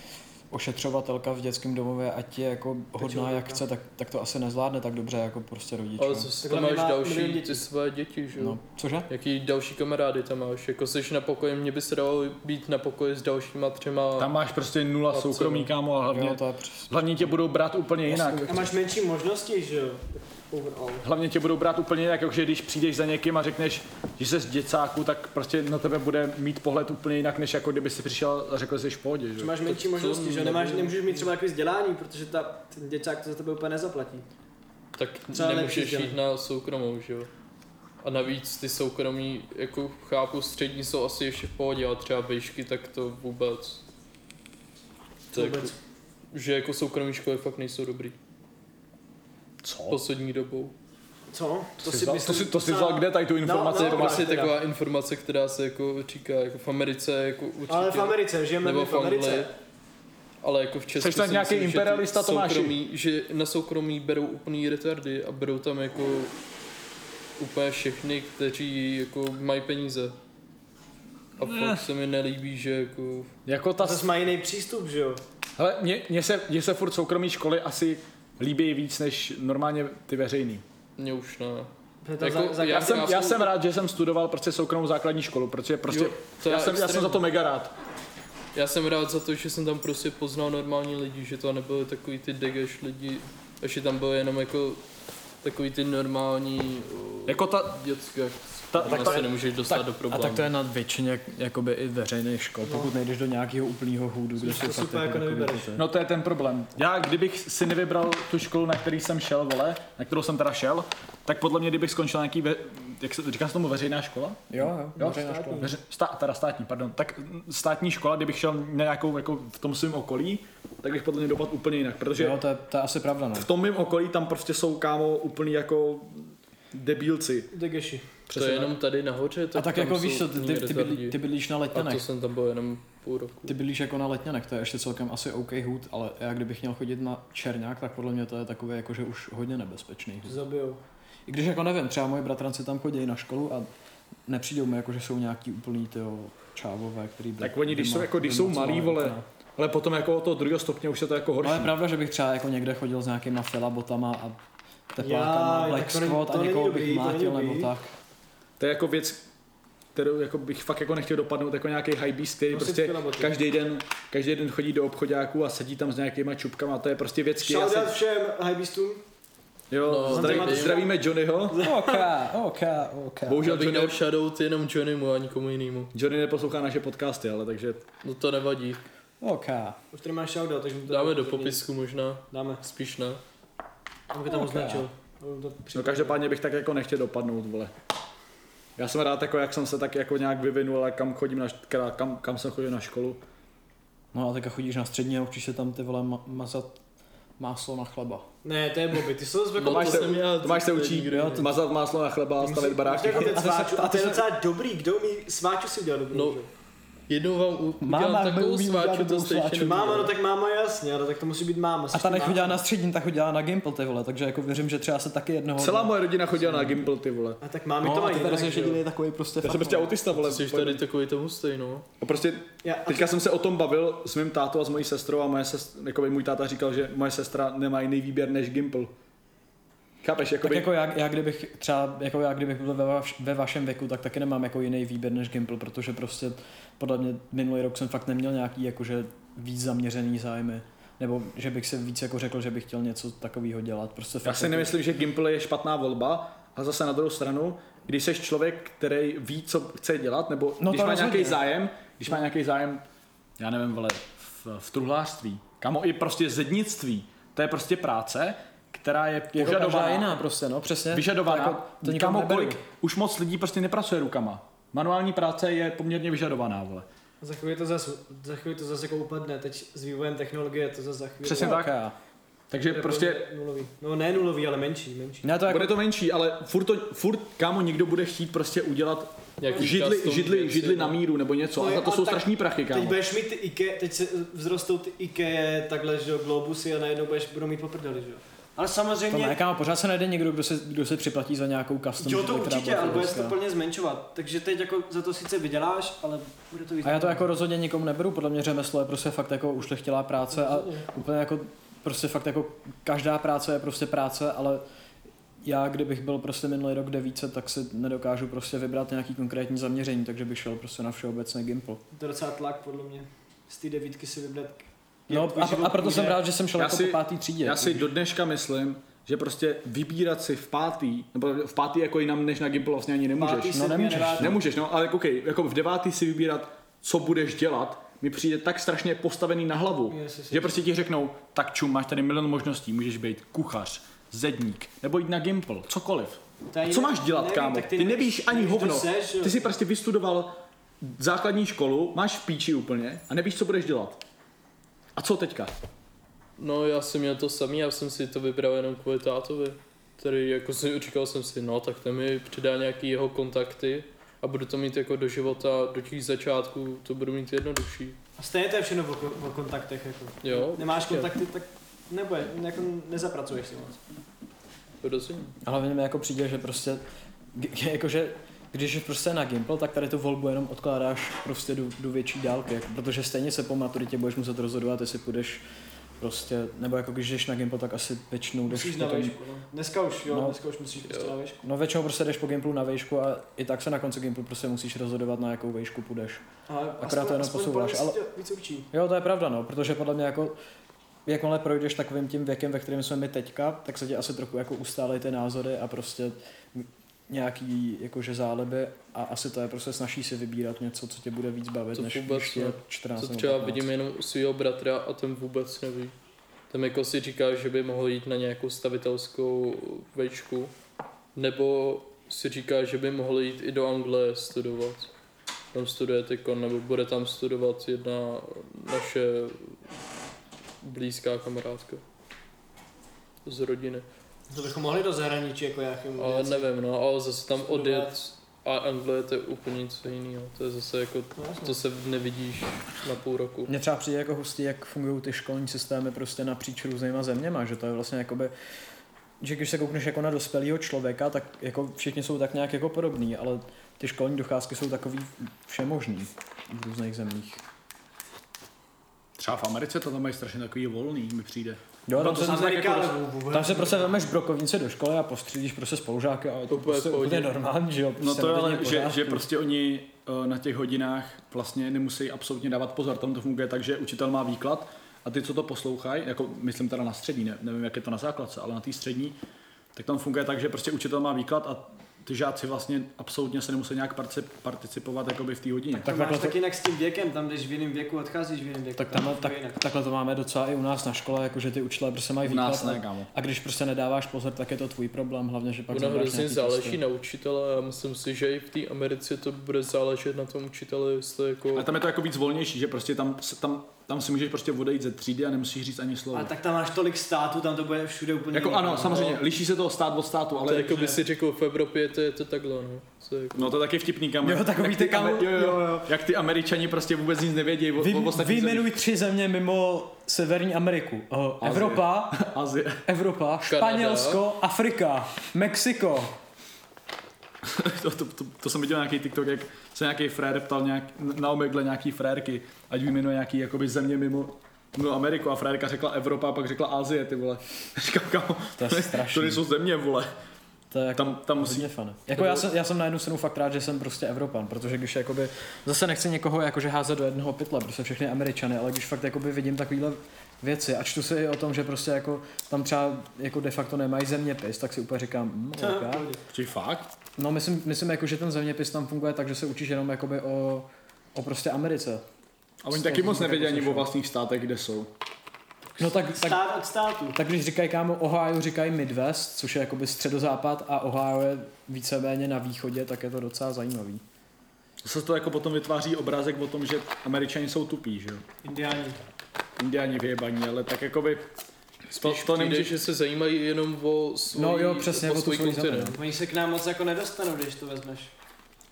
ošetřovatelka v dětském domově, ať je jako hodná jak chce, tak, tak to asi nezvládne tak dobře jako prostě rodič. Ale no. zase Tak tam hlavně máš má další milion dětí. ty své děti, že jo? No, cože? Jaký další kamarády tam máš? Jako jsi na pokoji, mě by se dalo být na pokoji s dalšíma třema. Tam máš prostě nula Chlapci, soukromí, no. kámo, a hlavně, Jo, to je přes... hlavně tě budou brát úplně jinak. A máš menší možnosti, že jo? Overall. Hlavně tě budou brát úplně jinak, jakože když přijdeš za někým a řekneš, že jsi z děcáku, tak prostě na tebe bude mít pohled úplně jinak, než jako kdyby si přišel a řekl, že jsi v pohodě, že? Že máš menší to možnosti, že jo? nevím. Nemáš, nemůžeš mít třeba takový vzdělání, protože ta, ten děcák to za tebe úplně nezaplatí. Tak Třeba lepší nemůžeš vzdělání. jít na soukromou, že jo? A navíc ty soukromí, jako chápu, střední jsou asi ještě v pohodě, ale třeba výšky, tak to vůbec. To jako, Vůbec. že jako soukromí školy fakt nejsou dobrý. Co? Poslední dobou. Co? To si, vzal, to si, to si vzal kde tady tu informaci? To je no, prostě teda. taková informace, která se jako říká, jako v Americe, jako určitě. Ale v Americe, žijeme nebo v Americe. Anglii. Ale jako v Česku Jseš tak si nějaký myslím, že ty imperialista, Tomáši? soukromí, že na soukromí berou úplný retardy a berou tam jako úplně všechny, kteří jako mají peníze. A Ne. fakt se mi nelíbí, že jako... Jako ta... Zase má jiný přístup, že jo? Hele, mně, mně, se, mně se furt soukromí školy asi líbí víc než normálně ty veřejný. Mně už ne. Protože tam Jako, za, za Já Já- jsem, já já jsem- jsem rád, že jsem studoval prostě soukromou základní školu, protože prostě Jo, to já, je jsem, já jsem extrémní. za to mega rád. Já jsem rád za to, že jsem tam prostě poznal normální lidi, že to nebyly takový ty degeš lidi, a že tam byly jenom jako takový ty normální Jako ta, dětské, ta, tak tak se ta, nemůžeš dostat Tak, do a problémů. tak to je na většině jakoby i veřejných škol, No. pokud nejdeš do nějakého úplného hůdu, kde To jsou si fakt úplně jako takový nevybereš. ty- no to je ten problém. Já kdybych si nevybral tu školu, na který jsem šel, vole, na kterou jsem teda šel, tak podle mě, kdybych skončil nějaký, ve, jak se, říká se tomu veřejná škola? Jo, jo, Jo, veřejná škola. Veře, stá, teda státní, pardon. Tak státní škola, kdybych šel nějakou jako v tom svém okolí, tak bych podle mě dopadl úplně jinak, protože Jo, to je, to je asi pravda, no. v tom mém okolí tam prostě jsou, kámo, úplný jako debilci. Degeši. To je jenom tady nahoře, A tak tam jako jsou víš co, ty, úplný ty, ty, retardi. bydlí, ty bydlíš na A to Letňanech. jsem tam byl jenom půl roku. Ty bydlíš jako na Letňanech, to je ještě celkem asi OK hůd, ale já kdybych měl chodit na Černák, tak podle mě to je takové jako, že už hodně nebezpečný. Zabijou. I když jako nevím, třeba moji bratranci tam chodí na školu a nepřijdou mi jako, že jsou nějaký úplný tyjo, čávové, který by... Tak oni, když vyma- jsou jako- když jsou vymacovali malí, vole, úplně. Ale potom jako od toho druhého stupně už je to jako horší. No je pravda, že bych třeba jako někde chodil s nějakýma filabotama a teplákama, Jaj, black tak to není- squat to a není někoho dobrý, bych to není mlátil dobrý. nebo tak. To je jako věc, kterou jako bych fakt jako nechtěl dopadnout jako nějaký high beast, který Nosit prostě filaboty. každý den, každý den chodí do obchodáků a sedí tam s nějakýma čupkama a to je prostě věc, který já Shoutout se... všem hybeastům. Jo, No, zdraví, zdravím. zdravíme Johnnyho. OK, OK, OK. Já Bohužel bych Johnny, dal shoutout jenom Johnnymu a nikomu jinému. Johnny neposlouchá naše podcasty, ale takže... No to nevadí. OK. Už tady máš shoutout, takže mu to Dáme do popisku možná, Dáme. spíš ne. On by tam Ok. označil. On to No připraví. každopádně bych tak jako nechtěl dopadnout, vole. Já jsem rád, jako jak jsem se tak jako nějak vyvinul, ale kam chodím na, šk- kam, kam jsem chodil na školu. No a teďka chodíš na střední a učíš se tam ty vole ma- mazat máslo na chleba. Ne, to je Bobby, ty jsou zvyklý. No, Tomáš to se, jsem já, Tomáš se to učí nikdy jo, ne. mazat máslo na chleba a stavit baráky. Jako ten A ty se- sváču, a a ty to je se- docela dobrý, kdo umí sváču si udělat dobrou. No, že? jednou vám u- Máma udělám takovou umí udělat sváču, dobrou to jste ještě sváču. neviděli. Máma, no tak máma jasně, ale tak to musí být máma. A seš ta ty nechodila máma. na střední, ta chodila na Gimple, ty vole, takže jako věřím, že třeba se taky jednoho... Celá moje rodina chodila na Gimple, ty vole. A tak mámy no, to a mají ty tady jinak, jsi že jo. jediný takový prostě... Já jsem fakt, prostě vole. autista, vole. Jsi tady takový to hustý, no. A prostě Já, a teďka jsem se o tom bavil s mým tátou a s mojí sestrou a moje sestra, jako můj táta říkal, že moje sestra nemá jiný výběr než Gimple. Chápeš, Tak jakoby... jako já, já, kdybych třeba, jako já kdybych byl ve, vaš, ve vašem věku, tak taky nemám jako jiný výběr než Gimple, protože prostě podle mě minulý rok jsem fakt neměl nějaký jakože víc zaměřený zájmy. Nebo že bych si víc jako řekl, že bych chtěl něco takového dělat. Prostě Já fakt si jako- nemyslím, že Gimple je špatná volba, a zase na druhou stranu, když jsi člověk, který ví, co chce dělat, nebo No když to má rozhodně. nějaký zájem, když má nějaký zájem, já nevím, vole, v, v truhlářství, kamo i prostě zednictví, to je prostě práce, která je Jako každá požadovaná, jiná prostě, no přesně. vyžadovaná. To, jako, to nikomu Kamo, neberu. kolik, už moc lidí prostě nepracuje rukama. Manuální práce je poměrně vyžadovaná, vole. za chvíli to zase, za chvíli to zase jako upadne, teď s vývojem technologie to zase za chvíli. Přesně Ok. tak. Takže Bude prostě nulový. No ne nulový, ale menší, menší. Ne, to jako, bude to menší, ale furt, to, furt kámo, někdo bude chtít prostě udělat Nějaký židli, custom židli, věci, židli no. na míru nebo něco. No A jo, za to a jsou tak strašný prachy, Teď kámo. budeš mít ty IKEA, teď se vzrostou ty IKEA takhle, že jo, globusy a najednou budeš, budou mít poprdeli, že jo. Ale To samozřejmě... ne, kámo, pořád se najde někdo, kdo se, kdo se připlatí za nějakou custom. Jo, to určitě, ale bude se to fyzická. plně zmenšovat. Takže teď jako za to sice vyděláš, ale bude to víc. A já to jako rozhodně nikomu neberu, podle mě řemeslo je prostě fakt jako ušlechtilá práce a úplně jako prostě fakt jako každá práce je prostě práce, ale já kdybych byl prostě minulý rok kde více, tak si nedokážu prostě vybrat nějaký konkrétní zaměření, takže bych šel prostě na všeobecný Gimple. To je docela tlak podle mě. Z té devítky si vybrat. No a, a proto jsem rád, že jsem šel Já jako si- po pátý třídě. Já si do dneška myslím, že prostě vybírat si v pátý, nebo v pátý jako jinam než na Gimple vlastně ani nemůžeš. Pátý, No sedmý, nemůžeš. devátý. Nemůžeš, no, ale koukej, jako v devátý si vybírat, co budeš dělat, mi přijde tak strašně postavený na hlavu, Yes, yes, že yes. prostě ti řeknou, tak čum, máš tady milion možností, můžeš být kuchař, zedník, nebo jít na Gimple, cokoliv. To ani Co ne- máš dělat, nevím, kámo? tak Ty nevíš ani nevíš, kdo hovno. seš, jo. Ty jsi prostě vystudoval základní školu, máš v píči úplně a nevíš, co budeš dělat. A co teďka? No já jsem měl to samý, já jsem si to vybral jenom kvůli tátovi. Který jako si říkal jsem si, no tak ten mi přidá nějaký jeho kontakty a budu to mít jako do života, do těch začátků, to budu mít jednodušší. A stejně to je všechno o, ko- o kontaktech. Jako. Jo, Nemáš určitě. kontakty, tak nebude, jako nezapracuješ si moc. To rozumím. Ale mi jako přijde, že prostě, g- jakože, když jsi prostě na Gimple, tak tady tu volbu jenom odkládáš prostě do, do větší dálky, jako, protože stejně se po maturitě budeš muset rozhodovat, jestli půjdeš prostě, nebo jako když jdeš na Gimple, tak asi většinou jdeš Musíš na potom, výšku, no. Dneska už, jo, No. dneska už musíš prostě Jo. na výšku. no většinou prostě jdeš po Gimplu na výšku a i tak se na konci Gimplu prostě musíš rozhodovat, na jakou výšku půjdeš. Ale Akorát to jenom aspoň posouváš, podle mě ale- se tě víc učí. Jo, to je pravda, no, protože podle mě jako, jakmile projdeš takovým tím věkem, ve kterém jsme my teďka, tak se ti asi trochu jako ustálejí ty názory a prostě nějaký jakože záliby a asi to je prostě snaží si vybírat něco, co tě bude víc bavit, To než vůbec když je ne. čtrnáct To nebo třeba patnáct. vidím jenom u svého bratra a ten vůbec neví. Ten jako si říká, že by mohl jít na nějakou stavitelskou vejšku, nebo si říká, že by mohl jít i do Anglie studovat. Tam studuje teďko, nebo bude tam studovat jedna naše blízká kamarádka z rodiny. To bychom mohli do zahraničí, jako já chym. Ale nevím, no, ale zase tam Studovat. odjet a Anglie to je úplně něco jiného. To je zase jako, No, jasně. to se nevidíš na půl roku. Mně třeba přijde jako hustý, jak fungují ty školní systémy prostě napříč různýma zeměma, že to je vlastně jakoby, že když se koukneš jako na dospělého člověka, tak jako všichni jsou tak nějak jako podobný, ale ty školní docházky jsou takový všemožný v různých zemích. Třeba v Americe to tam mají strašně takový volný, mi přijde. Jo, No, tam to se, jsem Amerika, jako ale vůbec. tam se prostě vemeš brokovnice do školy a postřídíš prostě spolužáky a je to Úplně prostě v pohodě. úplně normální, že jo. No Prostě to je, není ale, že, pořádku. že prostě oni eh, na těch hodinách vlastně nemusí absolutně dávat pozor. Tam to funguje tak, že učitel má výklad a ty, co to poslouchají, jako myslím teda na střední, ne, nevím, jak je to na základce, ale na té střední, tak tam funguje tak, že prostě učitel má výklad a ty žáci vlastně absolutně se nemusí nějak particip- participovat jakoby v té hodině. Tak Tak to máš takhle to- tak jinak s tím věkem, tam jdeš v jiném věku, odcházíš v jiném věku. Tak, tam tam, to tak, je jinak. takhle to máme docela i u nás na škole, jakože ty učitelé prostě mají U výklad. nás ne, a, kámo. a když prostě nedáváš pozor, tak je to tvůj problém, hlavně, že pak Ono zabráš hrozně nějaký záleží testy. na učitele a myslím si, že i v té Americe to bude záležet na tom učiteli, jestli jako... Ale tam je to jako víc volnější, že prostě tam, tam, tam si můžeš prostě odejít ze třídy a nemusíš říct ani slovo. Ale tak tam máš tolik států, tam to bude všude úplně Jako jinak, ano, no. samozřejmě, liší se to stát od státu, ale Ale jako by si řekl, v Evropě to je to takhle, no. To je jako... no to je taky vtipný, kam. Jo, takový jak ty ty, kam- Amer- jo, jo, jo, jo. jak ty Američani prostě vůbec nic nevědějí o, Vy, o ostatních zemích. vyjmenuj tři země mimo Severní Ameriku. Uh, Evropa, Azie. Evropa, Španělsko, Afrika, Mexiko. to, to, to, to, jsem viděl nějaký TikTok, jak se nějaký frér ptal nějak, na Omegle nějaký frérky, ať vyjmenuje nějaký jakoby země mimo, mimo Ameriku a frérka řekla Evropa a pak řekla Asie, ty vole. Říkám, kámo, To je strašný. to nejsou země, vole. To je jako Tam, tam musí... hodně fun. Jako já jsem, já jsem na jednu stranu fakt rád, že jsem prostě Evropan, protože když jakoby, zase nechci někoho jakože házet do jednoho pytle, prostě všechny Američany, ale když fakt jakoby vidím takovýhle věci a čtu si i o tom, že prostě jako tam třeba jako de facto nemají zeměpis, tak si úplně říkám, mm, okay. Či fakt? No myslím, myslím jako, že ten zeměpis tam funguje tak, že se učíš jenom jakoby o, o prostě Americe. A oni Z taky toho moc jsem nevědí jako ani o slyšel. vlastních státech, kde jsou. No tak, tak, Stát od státu. tak když říkají kámo Ohio, říkají Midwest, což je jakoby středozápad a Ohio je víceméně na východě, tak je to docela zajímavý. Zase to jako potom vytváří obrázek o tom, že Američani jsou tupí, že jo. Indiáni. Indiáni vyjebaní, ale tak jakoby... To, Spíš to přijde, nemůžeš... že se zajímají jenom o svůj, No jo, přesně, o tu svůj svoji zemi, kontinent. no. Oni se k nám moc jako nedostanou, když to vezmeš.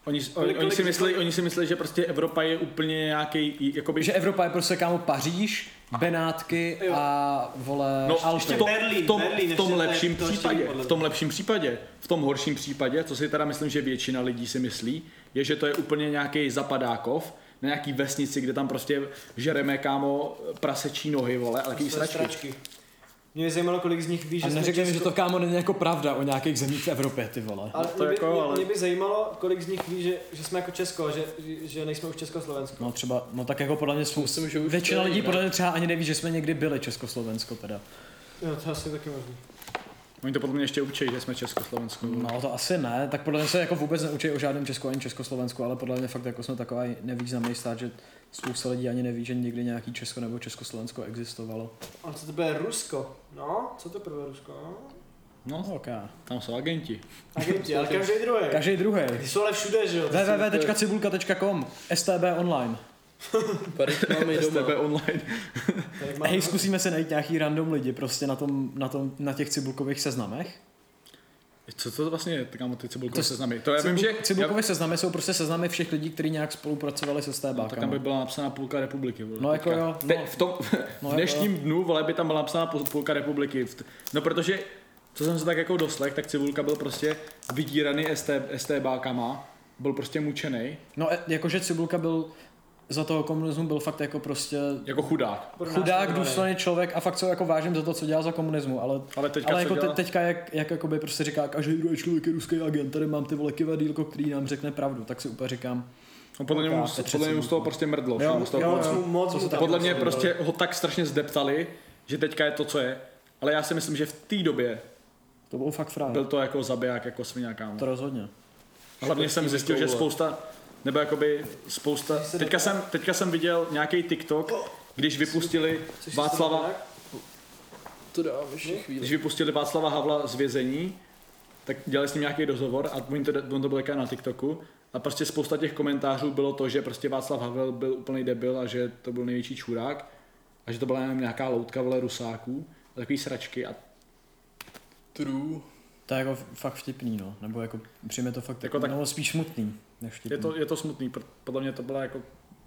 Oni, oni, oni, si myslí, oni si myslí, že prostě Evropa je úplně nějaký, jakoby... Že Evropa je prostě kámo Paříž, Benátky Jo. a vole No, Alpy. ještě to, Berlín, v tom, Berlín, v tom ještě lepším to je- to ještě případě, podle v tom lepším případě, v tom horším případě, co si teda myslím, že většina lidí si myslí, je, že to je úplně nějaký zapadákov, na nějaký vesnici, kde tam prostě žereme kámo prasečí nohy, vole, a takový Své sračky. stračky. Mě by zajímalo, kolik z nich ví, že A jsme neřekne mi, že Česko- to kámo není jako pravda o nějakých zemích v Evropě, ty vole. Ale to mě, by, jako, mě, ale- mě by zajímalo, kolik z nich ví, že, že jsme jako Česko, že, že nejsme už Československo. No třeba, no tak jako podle mě spou- Myslím, že už většina to je lidí jinak. podle mě třeba ani neví, že jsme někdy byli Československo teda. Jo, to asi taky možný. Oni to podle mě ještě učí, že jsme Československou. No to asi ne, tak podle mě se jako vůbec neučí o žádném Česku ani Československu, ale podle mě fakt jako jsme takový nevýznamný stát, že spousta lidí ani neví, že někdy nějaký Česko nebo Československo existovalo. Ale co to bude Rusko? No, co to bude Rusko? No? No, No, ok. tam jsou agenti. Agenti, ale každý druhý. Každý druhý. Ty jsou ale všude, že jo? w w w tečka cibulka tečka com S T B online. Parik máme i S doma. tebe online. Tady máme- Hej, zkusíme se najít nějaký random lidi prostě na, tom, na, tom, na těch cibulkových seznamech. Co to vlastně je, kámo, ty cibulkové To- seznamy? To já Cibul, vím, že... cibulkové seznamy jsou prostě seznamy všech lidí, kteří nějak spolupracovali se No, tak tam stébákama. by byla napsána půlka republiky. Vole, No, jako teďka. jo, Te, no. v, tom, No, v dnešním dnu, vole, by tam byla napsána půl- půlka republiky. V t- No, protože, co jsem se tak jako doslech, tak Cibulka byl prostě vydíraný STBákama, byl prostě mučený, No e- jakože Cibulka byl za toho komunismu byl fakt jako prostě jako chudák. chudák, důstojný člověk a fakt se jako vážím za to, co dělal za komunismu, ale, Ale teďka ale co jako te, dělá? teďka jak, jak jakoby prostě říká, každý druhý člověk je ruský agent, tady mám ty vole kivadýlko, který nám řekne pravdu, tak si úplně říkám, No, podle něj Kouká, Petře podle něj z toho Cibulku. prostě mrdlo. Jo, všemu z toho jo, moc- jo. Moc, moc Co se mu tam tam Podle mě prostě prostě ho tak strašně zdeptali, že teďka je to, co je. Ale já si myslím, že v té době to byl fakt frajer. byl to jako zabiják, jako sviňák. To rozhodně. Hlavně jsem zjistil, že spousta, nebo jakoby spousta, teďka jsem, teďka jsem viděl nějaký TikTok, když vypustili Což je Václava, tak? To dám ještě chvíli. když vypustili Václava Havla z vězení, tak dělali s ním nějaký rozhovor a on to, on to byl jaká na TikToku a prostě spousta těch komentářů bylo to, že prostě Václav Havel byl úplný debil a že to byl největší čurák a že to byla jenom nějaká loutka vole rusáků a takový sračky a True. To je jako fakt vtipný, no, nebo jako přijme to fakt Jako jako tak- tak, no, spíš smutný, než vtipný. je to, je to smutný, pr- podle mě to byla jako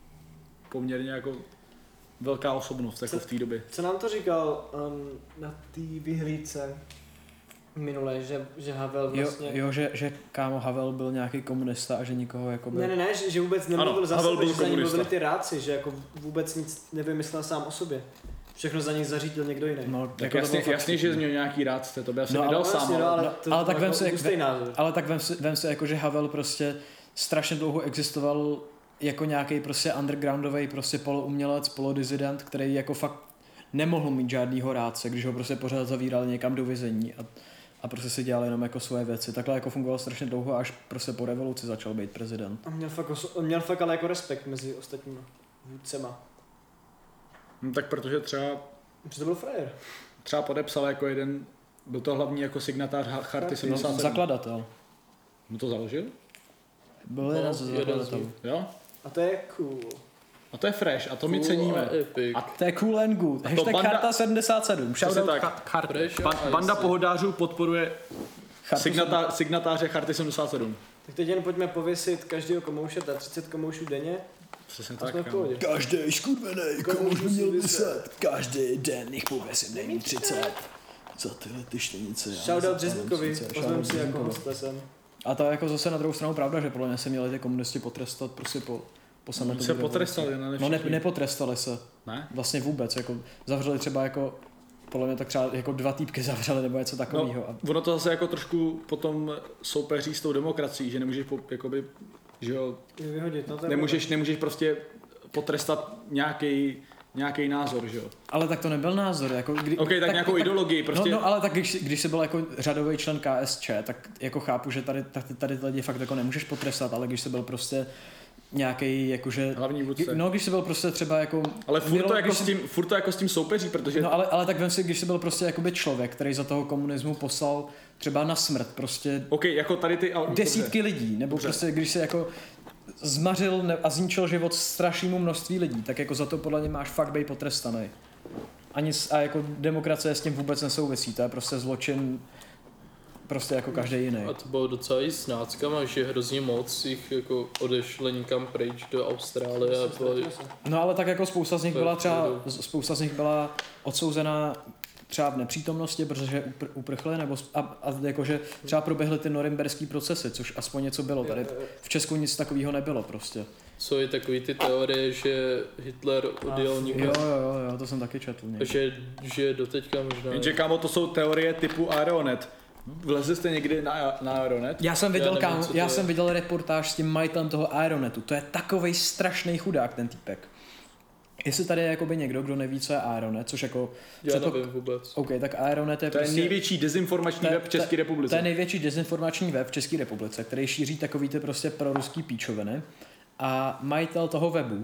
poměrně jako velká osobnost jako v té době. Co nám to říkal um, na té vyhlídce minule, že, že Havel Jo, vlastně... jo že, že kámo Havel byl nějaký komunista a že nikoho jakoby... Ne, ne, ne, že, že vůbec nemluvil Ano, za Havel sebe, byl že za ním komunista. mluvili ty ráci, že jako vůbec nic nevymyslel sám o sobě. Všechno za něj zařídil někdo jiný. No, Tak jako to jasně, bylo fakt jasně že vtipný. měl nějaký rádce, to by asi No, nedal ale sám, Vlastně, ale... no, ale, no, to, ale to tak byl vem jako si, jak- hustý názor. Ale tak vem si, vem si jako, že Havel prostě strašně dlouho existoval jako nějaký prostě undergroundový prostě poloumělec, polodizident, který jako fakt nemohl mít žádnýho rádce, když ho prostě pořád zavírali někam do vězení a, a prostě si dělal jenom jako svoje věci. Takhle jako fungoval strašně dlouho, až prostě po revoluci začal být prezident. On měl fakt, oso- on měl fakt ale jako respekt mezi ostatními vůdcema. No, tak protože třeba, Protože to byl frajer. třeba podepsal jako jeden, byl to hlavní jako signatář Ha- Charty No, sedmdesát sedm. Zakladatel. Mu to založil? Byl No, jeden z jeden z zakladatelů. nich. Jo? A to je cool. A to je fresh a to my Cool ceníme. a epic. A To je cool and good. Hashtag banda- Charta sedmdesát sedm. Přesně Shoutout tak. Cha- Fresh a Ban- banda icy. pohodářů podporuje Chartu signatá- signatáře Charty sedmdesát sedm. Tak teď jen pojďme pověsit každýho komouše, ta třicet komoušů denně. Přesně A tak. jsme v jo. pohodě. Každý skurvený, komuž by měl vyset. Každý den jich pověsím nejmín třicet. Za tyhle ty štěnice. Shoutout Řezníkovi, pozvem si jako hosta sem. A to je jako zase na druhou stranu pravda, že podle mě se měli ty komunisti potrestat prostě po, po sametové se revoluci. potrestali, ne, ne No ne, všichni. nepotrestali se. Ne? Vlastně vůbec. Jako zavřeli třeba jako podle mě tak třeba jako dva týpky zavřeli nebo něco takového. No, A ono to zase jako trošku potom soupeří s tou demokracií, že nemůžeš po, jakoby, že jo, Vyhodit, no to je nemůžeš, nemůžeš prostě potrestat nějaký nějaký názor, že jo. ale tak to nebyl názor. Jako kdy, OK, tak, tak nějakou ideologii, prostě. No, no, ale tak když, když jsi byl jako řadový člen K S Č, tak jako chápu, že tady, tady, tady ty lidi fakt jako nemůžeš potrestat, ale když jsi byl prostě nějaký jakože... Hlavní vůdce. No, když jsi byl prostě třeba jako... Ale furt to, Milo- jako když s jsi- tím, furt to jako s tím soupeří, protože No ale, ale tak vem si, když jsi byl prostě jakoby člověk, který za toho komunismu poslal třeba na smrt prostě OK, jako tady ty... ale- desítky lidí, nebo Dobře. prostě když se jako zmařil ne- a zničil život strašnému množství lidí, tak jako za to podle mě máš fakt být potrestaný. Ani s, a jako demokracie s tím vůbec nesouvisí, to je prostě zločin prostě jako každý jiný. A to bylo docela i s náckama, že hrozně moc jich jako odešli někam pryč do Austrálie a byli... No ale tak jako spousta z nich byla třeba, spousta z nich byla odsouzená třeba v nepřítomnosti, protože upr- uprchli, nebo a, a jakože třeba proběhly ty norimberský procesy, což aspoň něco bylo. Tady v Česku nic takového nebylo prostě. Co je takový ty teorie, že Hitler odjel někam, Jo, jo, jo, jo, to jsem taky četl. někde. že, že doteďka možná... Jenže kámo, to jsou teorie typu Aeronet. Vlezli jste někdy na, na Aeronet? Já jsem viděl, Já nevím, kámo, co to já je. jsem viděl reportáž s tím majitelem toho Aeronetu. To je takovej strašný chudák, ten týpek. Jestli tady je jakoby někdo, kdo neví, co je Aeronet, což jako... Já co to- nevím vůbec. OK, tak Aeronet je To je prostě... největší dezinformační to je- web v České To republice. je největší dezinformační web v České republice, který šíří takový ty prostě proruský píčoviny. A majitel toho webu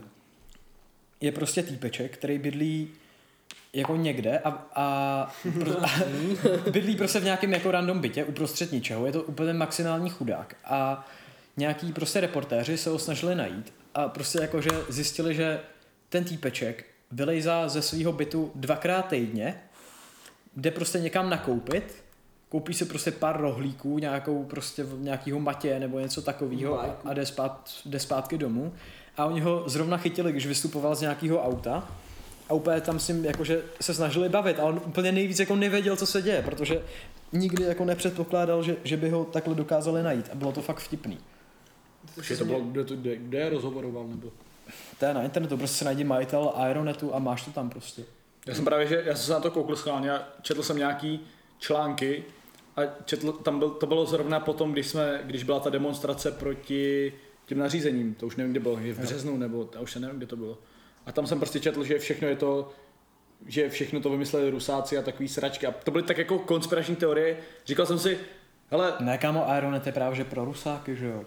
je prostě týpeček, který bydlí jako někde a, a, pro, a bydlí prostě v nějakém jako random bytě uprostřed ničeho. Je to úplně maximální chudák. A nějaký prostě reportéři se ho snažili najít a prostě jakože zjistili, že ten týpeček vylejzá ze svého bytu dvakrát týdně, jde prostě někam nakoupit, koupí si prostě pár rohlíků, nějakou prostě nějakýho matě nebo něco takového a, a jde, spát, jde zpátky domů. A oni ho zrovna chytili, když vystupoval z nějakého auta a úplně tam si jakože se snažili bavit a on úplně nejvíc jako nevěděl, co se děje, protože nikdy jako nepředpokládal, že, že by ho takhle dokázali najít a bylo to fakt vtipný. Počkej, to bylo, kde, to, kde, kde je rozhovoroval nebo? To je na internetu, prostě si najdi majitel Aeronetu a máš to tam prostě. Já jsem právě, že já jsem se na to koukl schválně a četl jsem nějaký články a četl, tam byl, to bylo zrovna potom, když jsme, když byla ta demonstrace proti těm nařízením, to už nevím, kde bylo, v březnu nebo, já už nevím, kde to bylo. A tam jsem prostě četl, že všechno je to, že všechno to vymysleli Rusáci a takový sračky. A to byly tak jako konspirační teorie. Říkal jsem si, hele, Ne, kámo, Aeronet je právě že pro Rusáky, že jo?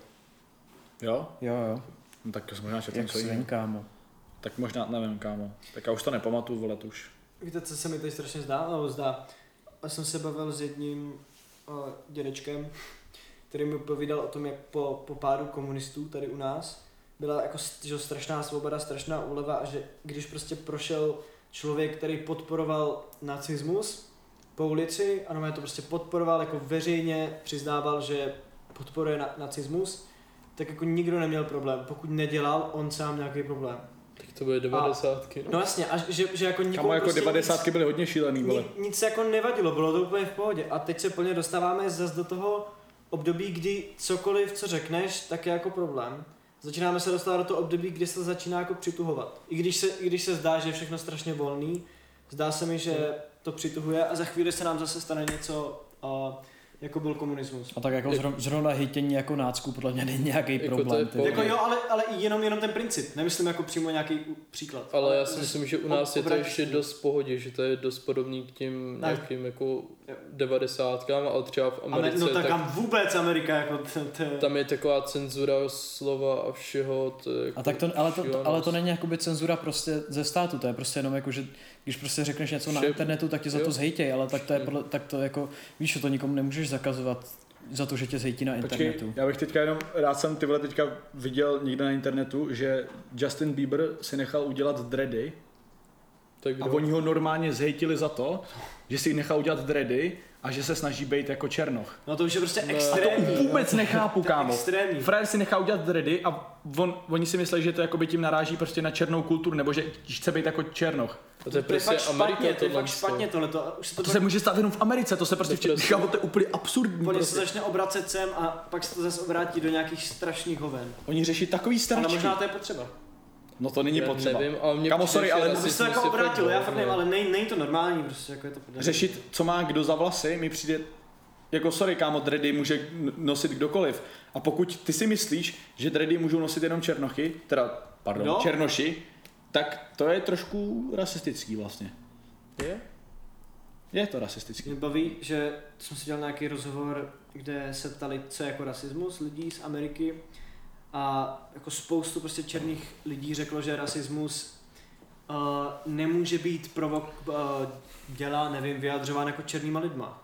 jo, Jo, jo, no, tak jsem možná četl jak něco svin, jiného. kámo. Tak možná, nevím, kámo. Tak já už to nepamatuju, vole, to už. Víte, co se mi teď strašně zdá? Nebo zdá? Já jsem se bavil s jedním uh, dědečkem, který mi povídal o tom, jak po, po pádu komunistů tady u nás byla jako že strašná svoboda, strašná úleva a že když prostě prošel člověk, který podporoval nacismus po ulici, ano, já to prostě podporoval, jako veřejně přiznával, že podporuje na, nacismus, tak jako nikdo neměl problém. Pokud nedělal, on sám nějaký problém. Tak to byly devadesátky. No jasně, a že, že jako nikomu Kámo, jako prostě devadesátky byly hodně šílený, vole. nic, nic jako nevadilo, bylo to úplně v pohodě. A teď se plně dostáváme zase do toho období, kdy cokoliv, co řekneš, tak je jako problém. Začínáme se dostávat do toho období, kdy se začíná jako přituhovat. I když se, i když se zdá, že je všechno strašně volný, zdá se mi, že to přituhuje a za chvíli se nám zase stane něco, uh, jako byl komunismus. A tak jako zro, zrovna hytění jako nácku podle mě není nějaký Jako to problém. je ty. pohodě. Jako jo, ale, ale i jenom, jenom ten princip, nemyslím jako přímo nějaký příklad. Ale já si myslím, že u nás je to obrátíš ještě se. dost v pohodě, že to je dost podobný k těm Tak. nějakým jako devadesátkám, ale třeba v Ale Americe, no tak, tak kam vůbec Amerika, jako t, t, tam je taková cenzura slova a všeho. To je jako A tak to, ale, to, to, ale to šílenost. není jakoby cenzura prostě ze státu, to je prostě jenom jako, že když prostě řekneš něco na Vše- internetu, tak tě za jo. to zhejtěj, ale tak to je podle, tak to jako, víš, že to nikomu nemůžeš zakazovat za to, že tě zhejtí na Počkej, internetu. já bych teďka jenom, rád jsem ty vole teďka viděl někde na internetu, že Justin Bieber si nechal udělat dready Tak a kdo? oni ho normálně zhejtili za to, že si nechal udělat dready a že se snaží být jako černoch. no to už je prostě No. extrémní. Vůbec nechápu, To je kámo. extrémní. Frajer si nechá udělat dready a on, oni si myslí, že to jakoby tím naráží prostě na černou kulturu, nebo že chce být jako černoch. A to je To je prostě fakt špatně, Amerika to je tohle. fakt špatně tohleto. A už se to, To se může stát jenom v Americe, to se prostě To je v kámo, to je úplně absurdní. Plně se Prostě. začne obracet sem a pak se to zase obrátí do nějakých strašných hoven. Oni řeší takový Ale stračky. možná to je potřeba. No to není Já potřeba. nevím, ale mě Kámo, přijde, sorry, že ale To by rasismus se to jako je fakt obrátilo, já fakt nevím, hovno. ale nej, není to normální, prostě jako je to podle. Řešit, co má kdo za vlasy, mi přijde jako sorry, kámo, dready může n- nosit kdokoliv. A pokud ty si myslíš, že dready můžou nosit jenom černochy, teda, pardon, No. černoši, tak to je trošku rasistický vlastně. Je? Je to rasistický. Mě baví, že jsem si dělal nějaký rozhovor, kde se ptali, co je jako rasismus lidí z Ameriky a jako spoustu prostě černých lidí řeklo, že rasismus uh, nemůže být provok, uh, dělá, nevím, vyjadřován jako černýma lidma.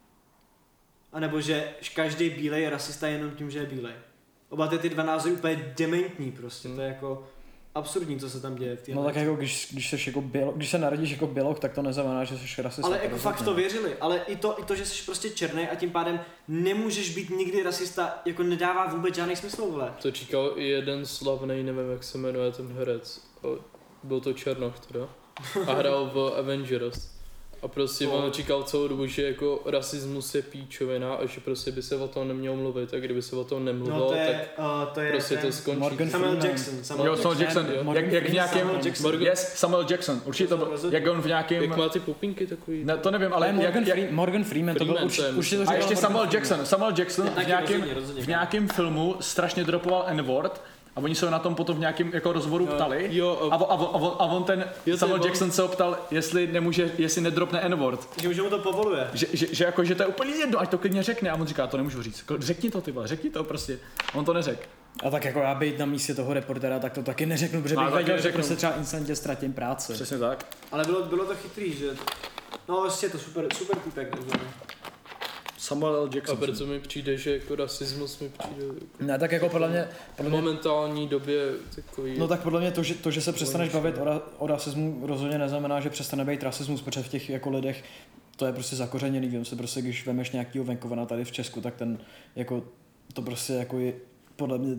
A nebo že každý bílej je rasista jenom tím, že je bílej. Oba ty, ty dva názory úplně dementní prostě, to je jako absurdní, co se tam děje v té No tak jako když, když, seš jako bělo, když se narodíš jako běloch, tak to neznamená, že jsi rasista. ale jako fakt to věřili, ale i to, i to, že jsi prostě černý a tím pádem nemůžeš být nikdy rasista, jako nedává vůbec žádný smysl, vole. To říkal i jeden slavný, nevím jak se jmenuje ten herec. Byl to Černoch teda. A hrál v Avengers. A prostě To- on říkal celou dobu, že jako rasismus je píčovina a že prostě by se o tom nemělo mluvit a kdyby se o tom nemluvilo, No to je, tak uh, to je prostě ten to skončí. Morgan Samuel Freeman. Jackson. Samuel Jo, Samuel Jackson, jo. Morgan jak, jak v Freeman, nějakém, Samuel Jackson. Morgan- yes, Samuel Jackson, určitě to byl, jak on v nějakém, Jak má ty pupinky takový. ne, to nevím, Ale ale Morgan, jak, jak, Free, Morgan Freeman, to byl Freeman, určitě, to je- určitě to a říkal ještě Morgan Samuel Freeman. Jackson, Samuel Jackson v Taky nějakém, rozhodně, rozhodně. v nějakém filmu strašně dropoval N-word a oni se ho na tom potom v nějakém jako rozhovoru ptali Jo, a, on- a, on- a, on- a on ten Jo, to Samuel je on. Jackson se ho ptal, jestli nemůže, jestli nedropne N-word. Že už mu to povoluje. Že, že, že, jako, že to je úplně jedno, ať to klidně řekne a on říká, to nemůžu říct, Jako, řekni to ty vole, řekni to prostě, on to neřekl. A tak jako já být na místě toho reportéra, tak to taky neřeknu, protože No, bych taky věděl, že neřeknu. prostě třeba instantně ztratím práci. Přesně tak. Ale bylo, bylo to chytrý, že... No vlastně je to super, super týpek. rozhodně. Samuel A Jackson. proto mi přijde, že jako rasismus mi přijde jako Ne, tak jako podle mě, v podle mě momentální době takový. no tak podle mě to, že, to, že se přestaneš bavit o, ra, o rasismu, rozhodně neznamená, že přestane být rasismus, protože v těch jako lidech to je prostě zakořeněný. Vím se prostě, když vemeš nějakýho venkovana tady v Česku, tak ten jako, to prostě jako je, podle mě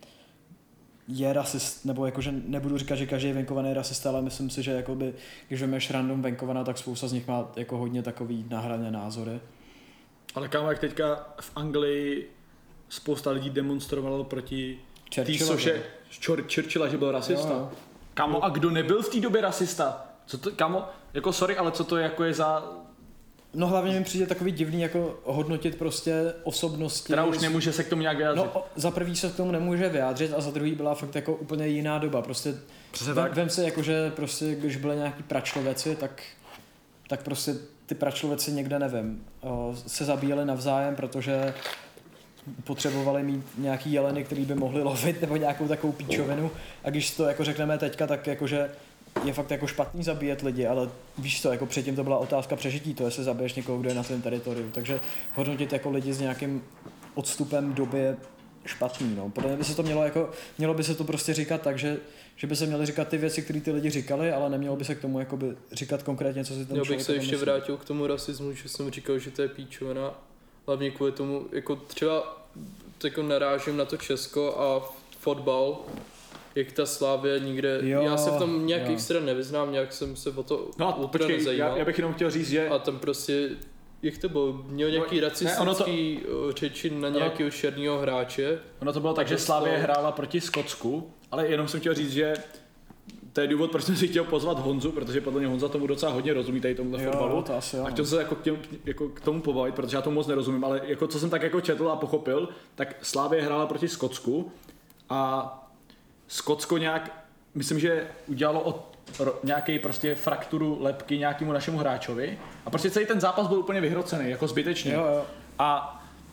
je rasist, nebo jakože nebudu říkat, že každý venkovaný je rasista, ale myslím si, že jakoby, když vemeš random venkovana, tak spousta z nich má jako hodně takový nahrané názory. Ale kámo, jak teďka v Anglii spousta lidí demonstrovalo proti té Churchillovi. soše Chur- Churchilla, že byl rasista. Jo, jo. Kámo, a kdo nebyl v té době rasista? Co to, kámo, jako sorry, ale co to jako je za, No hlavně mi přijde takový divný jako hodnotit prostě osobnosti. která už nemůže se k tomu nějak vyjádřit. No, o- za prvý se k tomu nemůže vyjádřit a za druhý byla fakt jako úplně jiná doba. Prostě Přesně vem, tak. vem si jako, že prostě, když byly nějaký pračloveci, tak, tak prostě ty pračloveci někde, nevím, o, se zabíjeli navzájem, protože potřebovali mít nějaký jeleny, který by mohli lovit, nebo nějakou takovou píčovinu. A když to jako řekneme teďka, tak jakože je fakt jako špatný zabíjet lidi, ale víš co, jako předtím to byla otázka přežití, to jestli zabiješ někoho, kdo je na svém teritoriu. Takže hodnotit jako lidi s nějakým odstupem doby je špatný. No. Podle mě by se to mělo jako, mělo by se to prostě říkat tak, že, že by se měly říkat ty věci, které ty lidi říkali, ale nemělo by se k tomu jakoby říkat konkrétně, co si ten Já bych člověk se o tom ještě myslí. vrátil k tomu rasismu, že jsem říkal, že to je píčovina. Hlavně kvůli tomu, jako třeba jako narážím na to Česko a fotbal, jak ta Slávě nikde, Jo, já se v tom nějak jo. extra nevyznám, nějak jsem se o to No a ultra počkej, nezajímal. já, já bych jenom chtěl říct, že A tam prostě, jak to bylo, měl nějaký No, racistický ne, řeči na nějakého černého hráče. ono to bylo tak, že to Slavie stalo- hrála proti Skotsku, ale jenom jsem chtěl říct, že to je důvod, proč jsem si chtěl pozvat Honzu, protože podle mě Honza tomu docela hodně rozumí tady tomuhle Jo, fotbalu. to asi jo. A chtěl jsem se jako k, těm, jako k tomu pobavit, protože já tomu moc nerozumím, ale jako co jsem tak jako četl a pochopil, tak Slavie hrála proti Skotsku a Skotsko nějak, myslím, že udělalo od ro, nějaký prostě frakturu lepky nějakému našemu hráčovi a prostě celý ten zápas byl úplně vyhrocený, jako zbytečně. Jo, jo. A,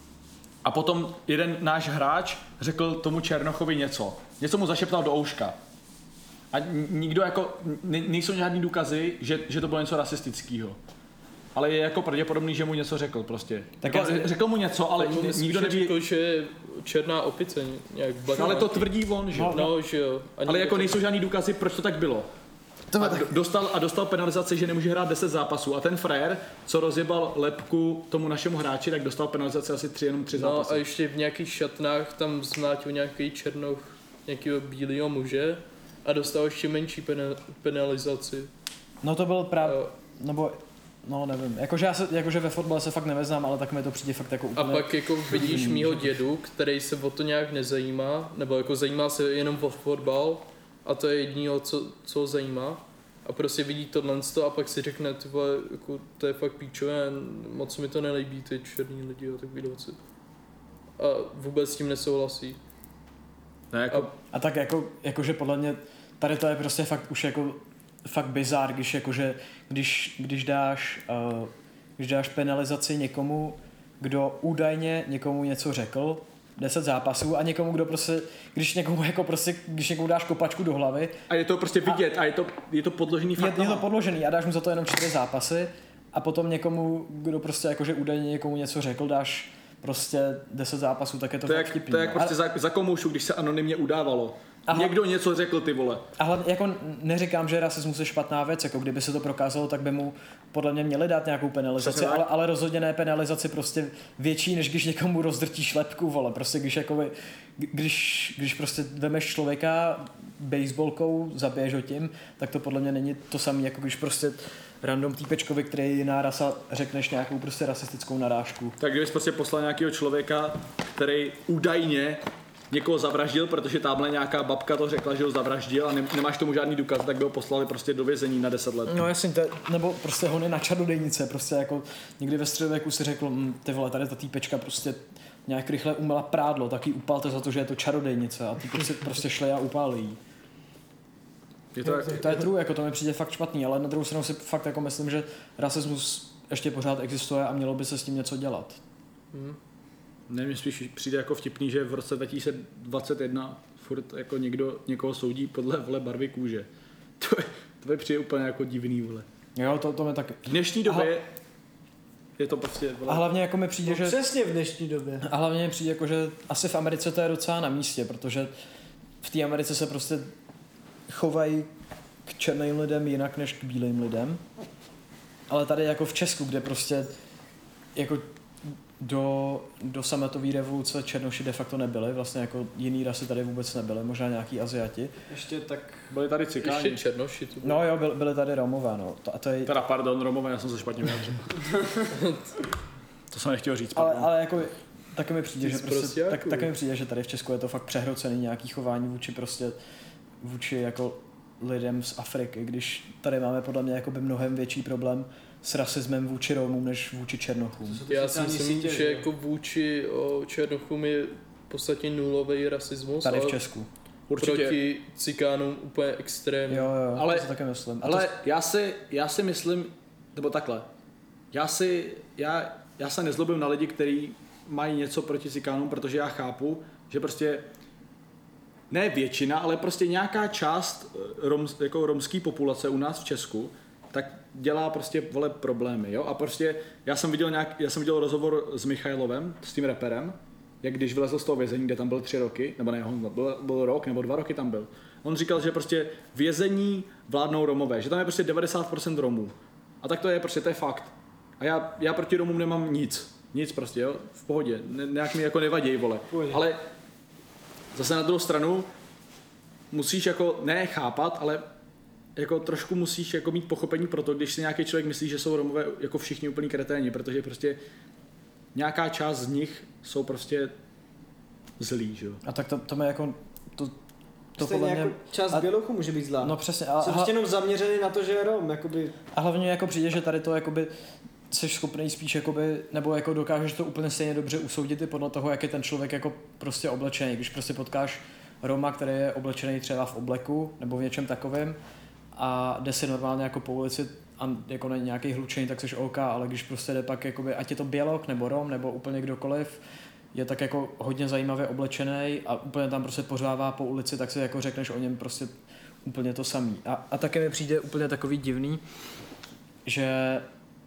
a potom jeden náš hráč řekl tomu Černochovi něco. Něco mu zašeptal do ouška. A n- nikdo jako, ne, nejsou žádný důkazy, že, že to bylo něco rasistického. Ale je jako pravděpodobný, že mu něco řekl prostě. Tak Tak jako, já- řekl mu něco, ale Ale n- nikdo neví. Řekl, že je černá opice, nějak black No, ale to monkey. tvrdí on, že jo. No, No, že jo. Ani Ale jako nejsou žádný důkazy, proč to tak bylo. A do- dostal, a dostal penalizaci, že nemůže hrát deset zápasů. A ten frajer, co rozjebal lepku tomu našemu hráči, tak dostal penalizaci asi tři, jenom tři No zápasy. a ještě v nějakých šatnách tam zmlátil nějaký černoch nějakého bílého muže a dostal ještě menší pena- penalizaci. No to byl právě, A, nebo no nevím, jakože, já se, jakože ve fotbale se fakt nevyznám, ale tak mi to přijde fakt jako a úplně... pak jako vidíš mýho dědu, který se o to nějak nezajímá, nebo jako zajímá se jenom o fotbal a to je jedinýho, co, co ho zajímá. A prostě vidí tohle a pak si řekne, ty vole, jako, to je fakt píčové, moc mi to nelíbí, ty černí lidi a takový věci. A vůbec s tím nesouhlasí. Ne, jako, A tak jako, jakože podle mě tady to je prostě fakt už jako fakt bizár, když jakože, když, když dáš, uh, když dáš penalizaci někomu, kdo údajně někomu něco řekl, deset zápasů a někomu, kdo prostě, když někomu jako prostě, když někomu dáš kopačku do hlavy, a je to prostě vidět a, je to, je to podložený je, fakt. je to podložený a dáš mu za to jenom čtyři zápasy a potom někomu, kdo prostě jakože údajně někomu něco řekl, dáš prostě deset zápasů, tak je to, To je fakt jak, vtipný. to je jak no. prostě za, za komoušu, když se anonymně udávalo. Aha. někdo něco řekl, ty vole. A hlavně jako neříkám, že rasismus je špatná věc, jako kdyby se to prokázalo, tak by mu podle mě měli dát nějakou penalizaci, ale, ale rozhodně ne penalizaci prostě větší, než když někomu rozdrtíš lepku, vole, prostě když jakoby, když, když prostě vemeš člověka baseballkou, zabiješ ho tím, tak to podle mě není to samé, jako když prostě random týpečkovi, který je jiná rasa, řekneš nějakou prostě rasistickou narážku. Tak kdybys prostě poslal nějakého člověka, který údajně někoho zavraždil, protože tamhle nějaká babka to řekla, že ho zavraždil a ne, nemáš tomu žádný důkaz, tak by ho poslali prostě do vězení na deset let. No jasně, to, nebo prostě hony na čarodějnice, prostě jako někdy ve středověku si řekl, hm, ty vole, tady ta týpečka prostě nějak rychle umela prádlo, tak ji upalte za to, že je to čarodějnice a ty prostě, prostě šli a upálí jí. Je to, To, to je true, jako to mi přijde fakt špatný, ale na druhou stranu si fakt jako myslím, že rasismus ještě pořád existuje a mělo by se s tím něco dělat. Hmm. Ne, mně spíš přijde jako vtipný, že v roce dva tisíce dvacet jedna furt jako někdo někoho soudí podle vole barvy kůže. To, je, to je přijde úplně jako divný, vole. Jo, to, to mi tak... V dnešní době je to prostě... A hlavně jako mi přijde, No, že... přesně v dnešní době. A hlavně mi přijde jako, že asi v Americe to je docela na místě, protože v té Americe se prostě chovají k černým lidem jinak než k bílým lidem. Ale tady jako v Česku, kde prostě jako do, do sametové revoluce černoši de facto nebyli, vlastně jako jiný rasy tady vůbec nebyly, možná nějaký Aziati. Ještě tak... Byli tady cikáni. Ještě černoši. To No jo, byli, byli tady Romové, no. To, a to je, Teda pardon, Romové, já jsem se špatně vyjádřil. To jsem nechtěl říct, ale, pardon. ale jako taky mi přijde, Ty že prostě, zprostějáku. tak, taky mi přijde, že tady v Česku je to fakt přehrocený nějaký chování vůči prostě vůči jako lidem z Afriky, když tady máme podle mě jakoby mnohem větší problém s rasismem vůči Romům než vůči Černochům. Já si sociální myslím, sítě, že že? jako vůči o, černochům je v podstatě nulový rasismus, Tady v ale Česku. Určitě. proti cikánům úplně extrémně. Jo, jo, Ale- ale, to si také myslím. A Ale to, já si, já si myslím, nebo takhle, já si, já, já se nezlobím na lidi, kteří mají něco proti cikánům, protože já chápu, že prostě ne většina, ale prostě nějaká část rom, jako romské populace u nás v Česku, tak dělá prostě vole problémy, jo? A prostě já jsem viděl nějak, já jsem viděl rozhovor s Michailovem, s tím raperem, jak když vylezl z toho vězení, kde tam byl tři roky, nebo ne, on byl, byl rok nebo dva roky tam byl. On říkal, že prostě vězení vládnou Romové, že tam je prostě devadesát procent Romů. A tak to je prostě, to je fakt. A já, já proti Romům nemám nic. Nic prostě, jo, v pohodě. Ne, nějak mi jako nevaděj, vole. Pohodě. Ale zase na druhou stranu musíš jako ne chápat, ale jako trošku musíš jako mít pochopení pro to, když si nějaký člověk myslí, že jsou Romové jako všichni úplný kreténi, protože prostě nějaká část z nich jsou prostě zlí, že jo. a tak to, to mi jako... To, to Stejně podle mě... jako část a- bělochů může být zlá. No přesně, a, Jsou a, prostě jenom zaměřený na to, že je Rom, jakoby... a hlavně jako přijde, že tady to jakoby jsi schopný spíš jakoby, nebo jako dokážeš to úplně stejně dobře usoudit i podle toho, jak je ten člověk jako prostě oblečený. Když prostě potkáš Roma, který je oblečený třeba v obleku nebo v něčem takovém a jde si normálně jako po ulici a jako není nějaký hlučený, tak jsi OK, ale když prostě jde pak jakoby, ať je to bělok nebo Rom nebo úplně kdokoliv, je tak jako hodně zajímavě oblečený a úplně tam prostě pořává po ulici, tak si jako řekneš o něm prostě úplně to samý. A, a také mi přijde úplně takový divný, že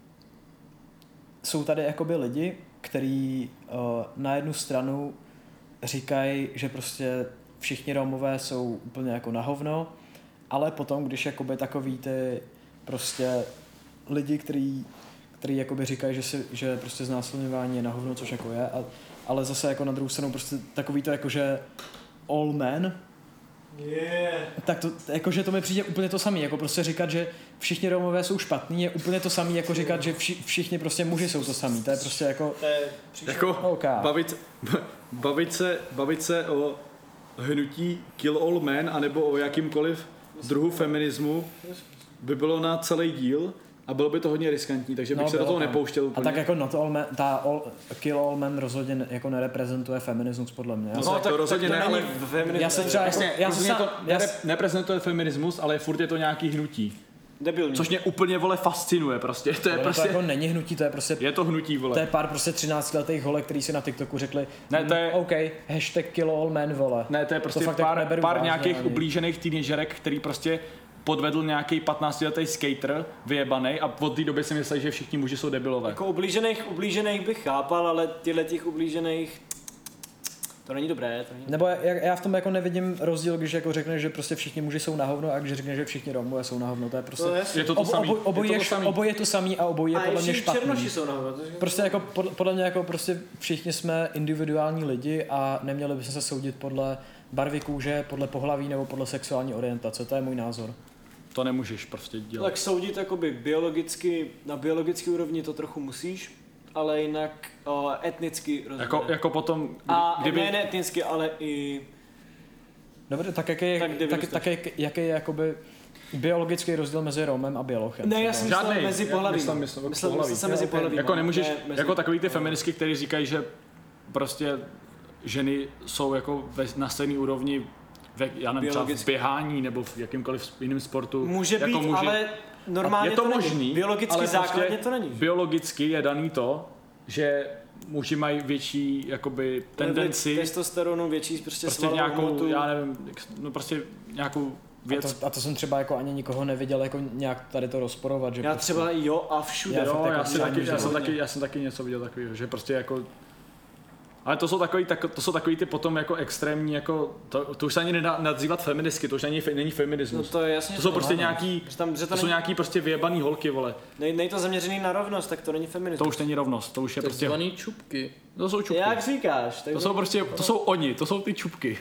jsou tady jakoby lidi, kteří uh, na jednu stranu říkají, že prostě všichni Romové jsou úplně jako na hovno, ale potom, když jakoby takový ty prostě lidi, který, který jakoby říkají, že, si, že prostě znásilňování je na hovno, což jako je, a, ale zase jako na druhou stranu prostě takový to jako, že all men, Yeah. tak to, jakože to mi přijde úplně to samé, jako prostě říkat, že všichni Romové jsou špatní, je úplně to samé, jako říkat, že vši, všichni prostě muži jsou to samý, to je prostě jako... To je příště. Jako OK. bavit, bavit, se, bavit se o hnutí Kill All Men anebo o jakýmkoliv druhu feminismu by bylo na celý díl a bylo by to hodně riskantní, takže bych No, se do bylo toho to. nepouštěl A úplně. tak jako not all men, ta all, Kill All Men rozhodně ne- jako nereprezentuje feminismus podle mě. Já No, se- tak to rozhodně ne, ale já se třeba jako, já se rozhodně sám, to já, nere, s- neprezentuje feminismus, ale furt je to nějaký hnutí. Debilní. Což mě úplně, vole, fascinuje prostě. To je ale prostě, to jako není hnutí, to je prostě je to hnutí, vole. to je pár prostě třináctiletých holek, který si na TikToku řekli, Ne, to je- "Mm, OK, hashtag Kill All Men, vole. Ne, to je prostě fakt pár, jako neberu pár vážně nějakých ani. ublížených teenagerek, který prostě podvedl nějaký patnáctiletý skater vyjebanej a od té doby si mysleli, že všichni muži jsou debilové. Jako ublížených, ublížených bych chápal, ale tyhle těch ublížených, To není dobré, to není Nebo já, já v tom jako nevidím rozdíl, když jako řekneš, že prostě všichni muži jsou na hovno a když řekneš, že všichni Romové jsou na hovno, to je prostě... To je, Je to to Obo, samý. obo, obojí, je je, to to samý. obojí je to samý a obojí je a podle mě ještě špatný. černoši jsou na hovno. to je- Prostě jako pod, podle mě jako prostě všichni jsme individuální lidi a neměli bychom se soudit podle barvy kůže, podle pohlaví nebo podle sexuální orientace, to je můj názor. To nemůžeš prostě dělat. Tak soudit jakoby biologicky, na biologické úrovni to trochu musíš, ale jinak o, etnicky rozhodně. Jako, jako potom, kdy, A kdyby... ne, ne etnicky, ale i... Dobře, tak jaký je, Tak tak, devět tak, jak, jaký je jakoby biologický rozdíl mezi Romem a Bělochem? Ne, já třeba? jsem myslel Žádnej. mezi Já pohlavím. myslím- myslím- myslel, pohlaví. myslel jsem mezi Jo, ok. pohlavím. Jako nemůžeš, ne, mezi... jako takový ty feministky, kteří říkají, že prostě ženy jsou jako ve, na stejné úrovni ve, já nevím, třeba v Biologicky. běhání nebo v jakýmkoliv jiném sportu. Může jako být, muži. ale normálně je to, to není. možný, Biologicky ale základně prostě to není. Biologicky je daný to, že muži mají větší jakoby tendenci Testosteronu, větší prostě, prostě svalovou nějakou, hmotu. já nevím, jak- no prostě nějakou A věc. to, a to jsem třeba jako ani nikoho neviděl jako nějak tady to rozporovat, že Já prostě, třeba jo a všude. Já Jo, fakt já, jako si třeba taky, můžu já, jsem hodně. taky, já jsem taky něco viděl takového, že prostě jako... Ale to jsou takový, tak, to jsou takový ty potom jako extrémní, jako, to, to už se ani nedá nazývat feministky, to už není, fe- není No feminismus. to je jasně. to jsou že prostě ano. nějaký, Že tam, že to to jsou není, nějaký prostě vyjebaný holky, vole. nej, nej to zaměřený na rovnost, tak to není feminismus. To už není rovnost, to už je prostě, Takzvaný čupky. to jsou čupky. Jak říkáš? Tak To jsou prostě, to jsou oni, to jsou ty čupky.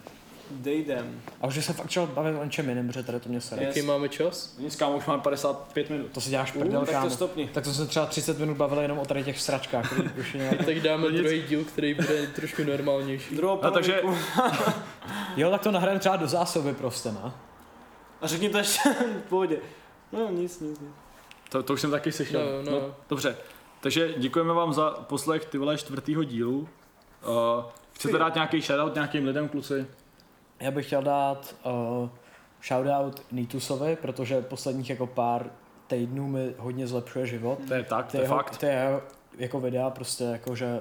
Dej dem. A už se fakt chtěl bavit o něčem jiném, protože tady to mě sere. Yes. Jaký máme čas? Nic, kámo, už máme padesát pět minut. To si děláš Uh, prdel, tak to kámo. stopni. Tak to se třeba třicet minut bavili jenom o tady těch sračkách, který už je nějak... Tak dáme nic. druhý díl, který bude trošku normálnější. Druhou No, takže- polovinku. Jo, tak to nahrajeme třeba do zásoby prostě, no. A řekni to ještě v pohodě. No nic, nic, nic. To, to už jsem taky slyšel. No, no. Dobře, takže děkujeme vám za poslech ty vole čtvrtýho dílu. Uh, chcete dát nějaký shoutout nějakým lidem, kluci? Já bych chtěl dát uh, shoutout Nitusovi, protože posledních jako pár týdnů mi hodně zlepšuje život. To je tak, Ty to je jeho, fakt. ty jeho jako videa prostě jako, že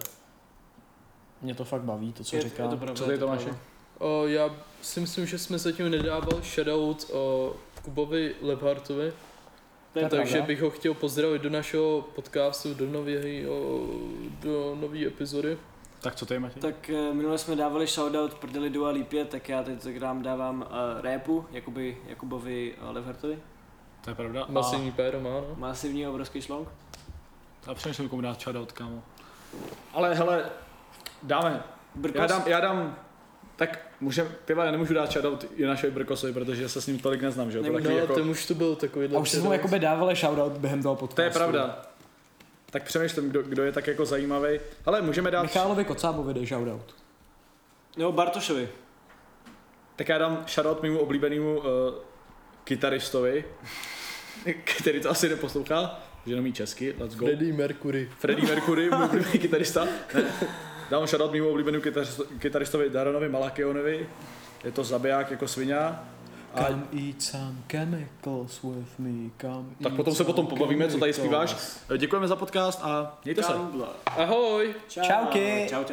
mě to fakt baví, to, co Je, říká. je to pravda, Co ty, je to Tomáši? pravda. O, já si myslím, že jsme zatím nedával shoutout o Kubovi Lebhartovi, To je takže pravda. bych ho chtěl pozdravit do našeho podcastu, do nové do nové epizody. Tak co ty, Matěj? Tak eh, minule jsme dávali shoutout prdeli Dua Lipě, tak já teď tak dám dávám uh, répu, Jakuby, Jakubovi uh, Levhartovi. To je pravda. A, Masivní péro má, no. Masivní obrovský šlong. a přemýšlím, komu dát shoutout, kámo. Ale hele, dáme. Brkos. Já dám, já dám, tak můžem, ty vole, já nemůžu dát shoutout i našeho Brkosovi, protože se s ním tolik neznám, že jo? To, je Nemůžu. takový No, jako, ten už to byl takový A už jsme mu jakoby dávali shoutout během toho podcastu. to je pravda. Tak přemýšlím, kdo, kdo je tak jako zajímavý. Ale můžeme dát, Michalovi Kocábovi dej shoutout. Nebo Bartošovi. tak já dám shoutout mému oblíbenému uh, kytaristovi, který to asi neposlouchá, že jenom jí česky, let's go. Freddie Mercury. Freddie Mercury, můj oblíbený kytarista. Ne. Dám shoutout mému oblíbenému kytaristo, kytaristovi Daronovi Malakionovi. Je to zabiják jako svině. A Come eat some chemicals with me, come tak eat potom se potom some pobavíme, co tady chemicals. zpíváš. Děkujeme za podcast a mějte se. Ahoj! Čau. Čauky. Čau.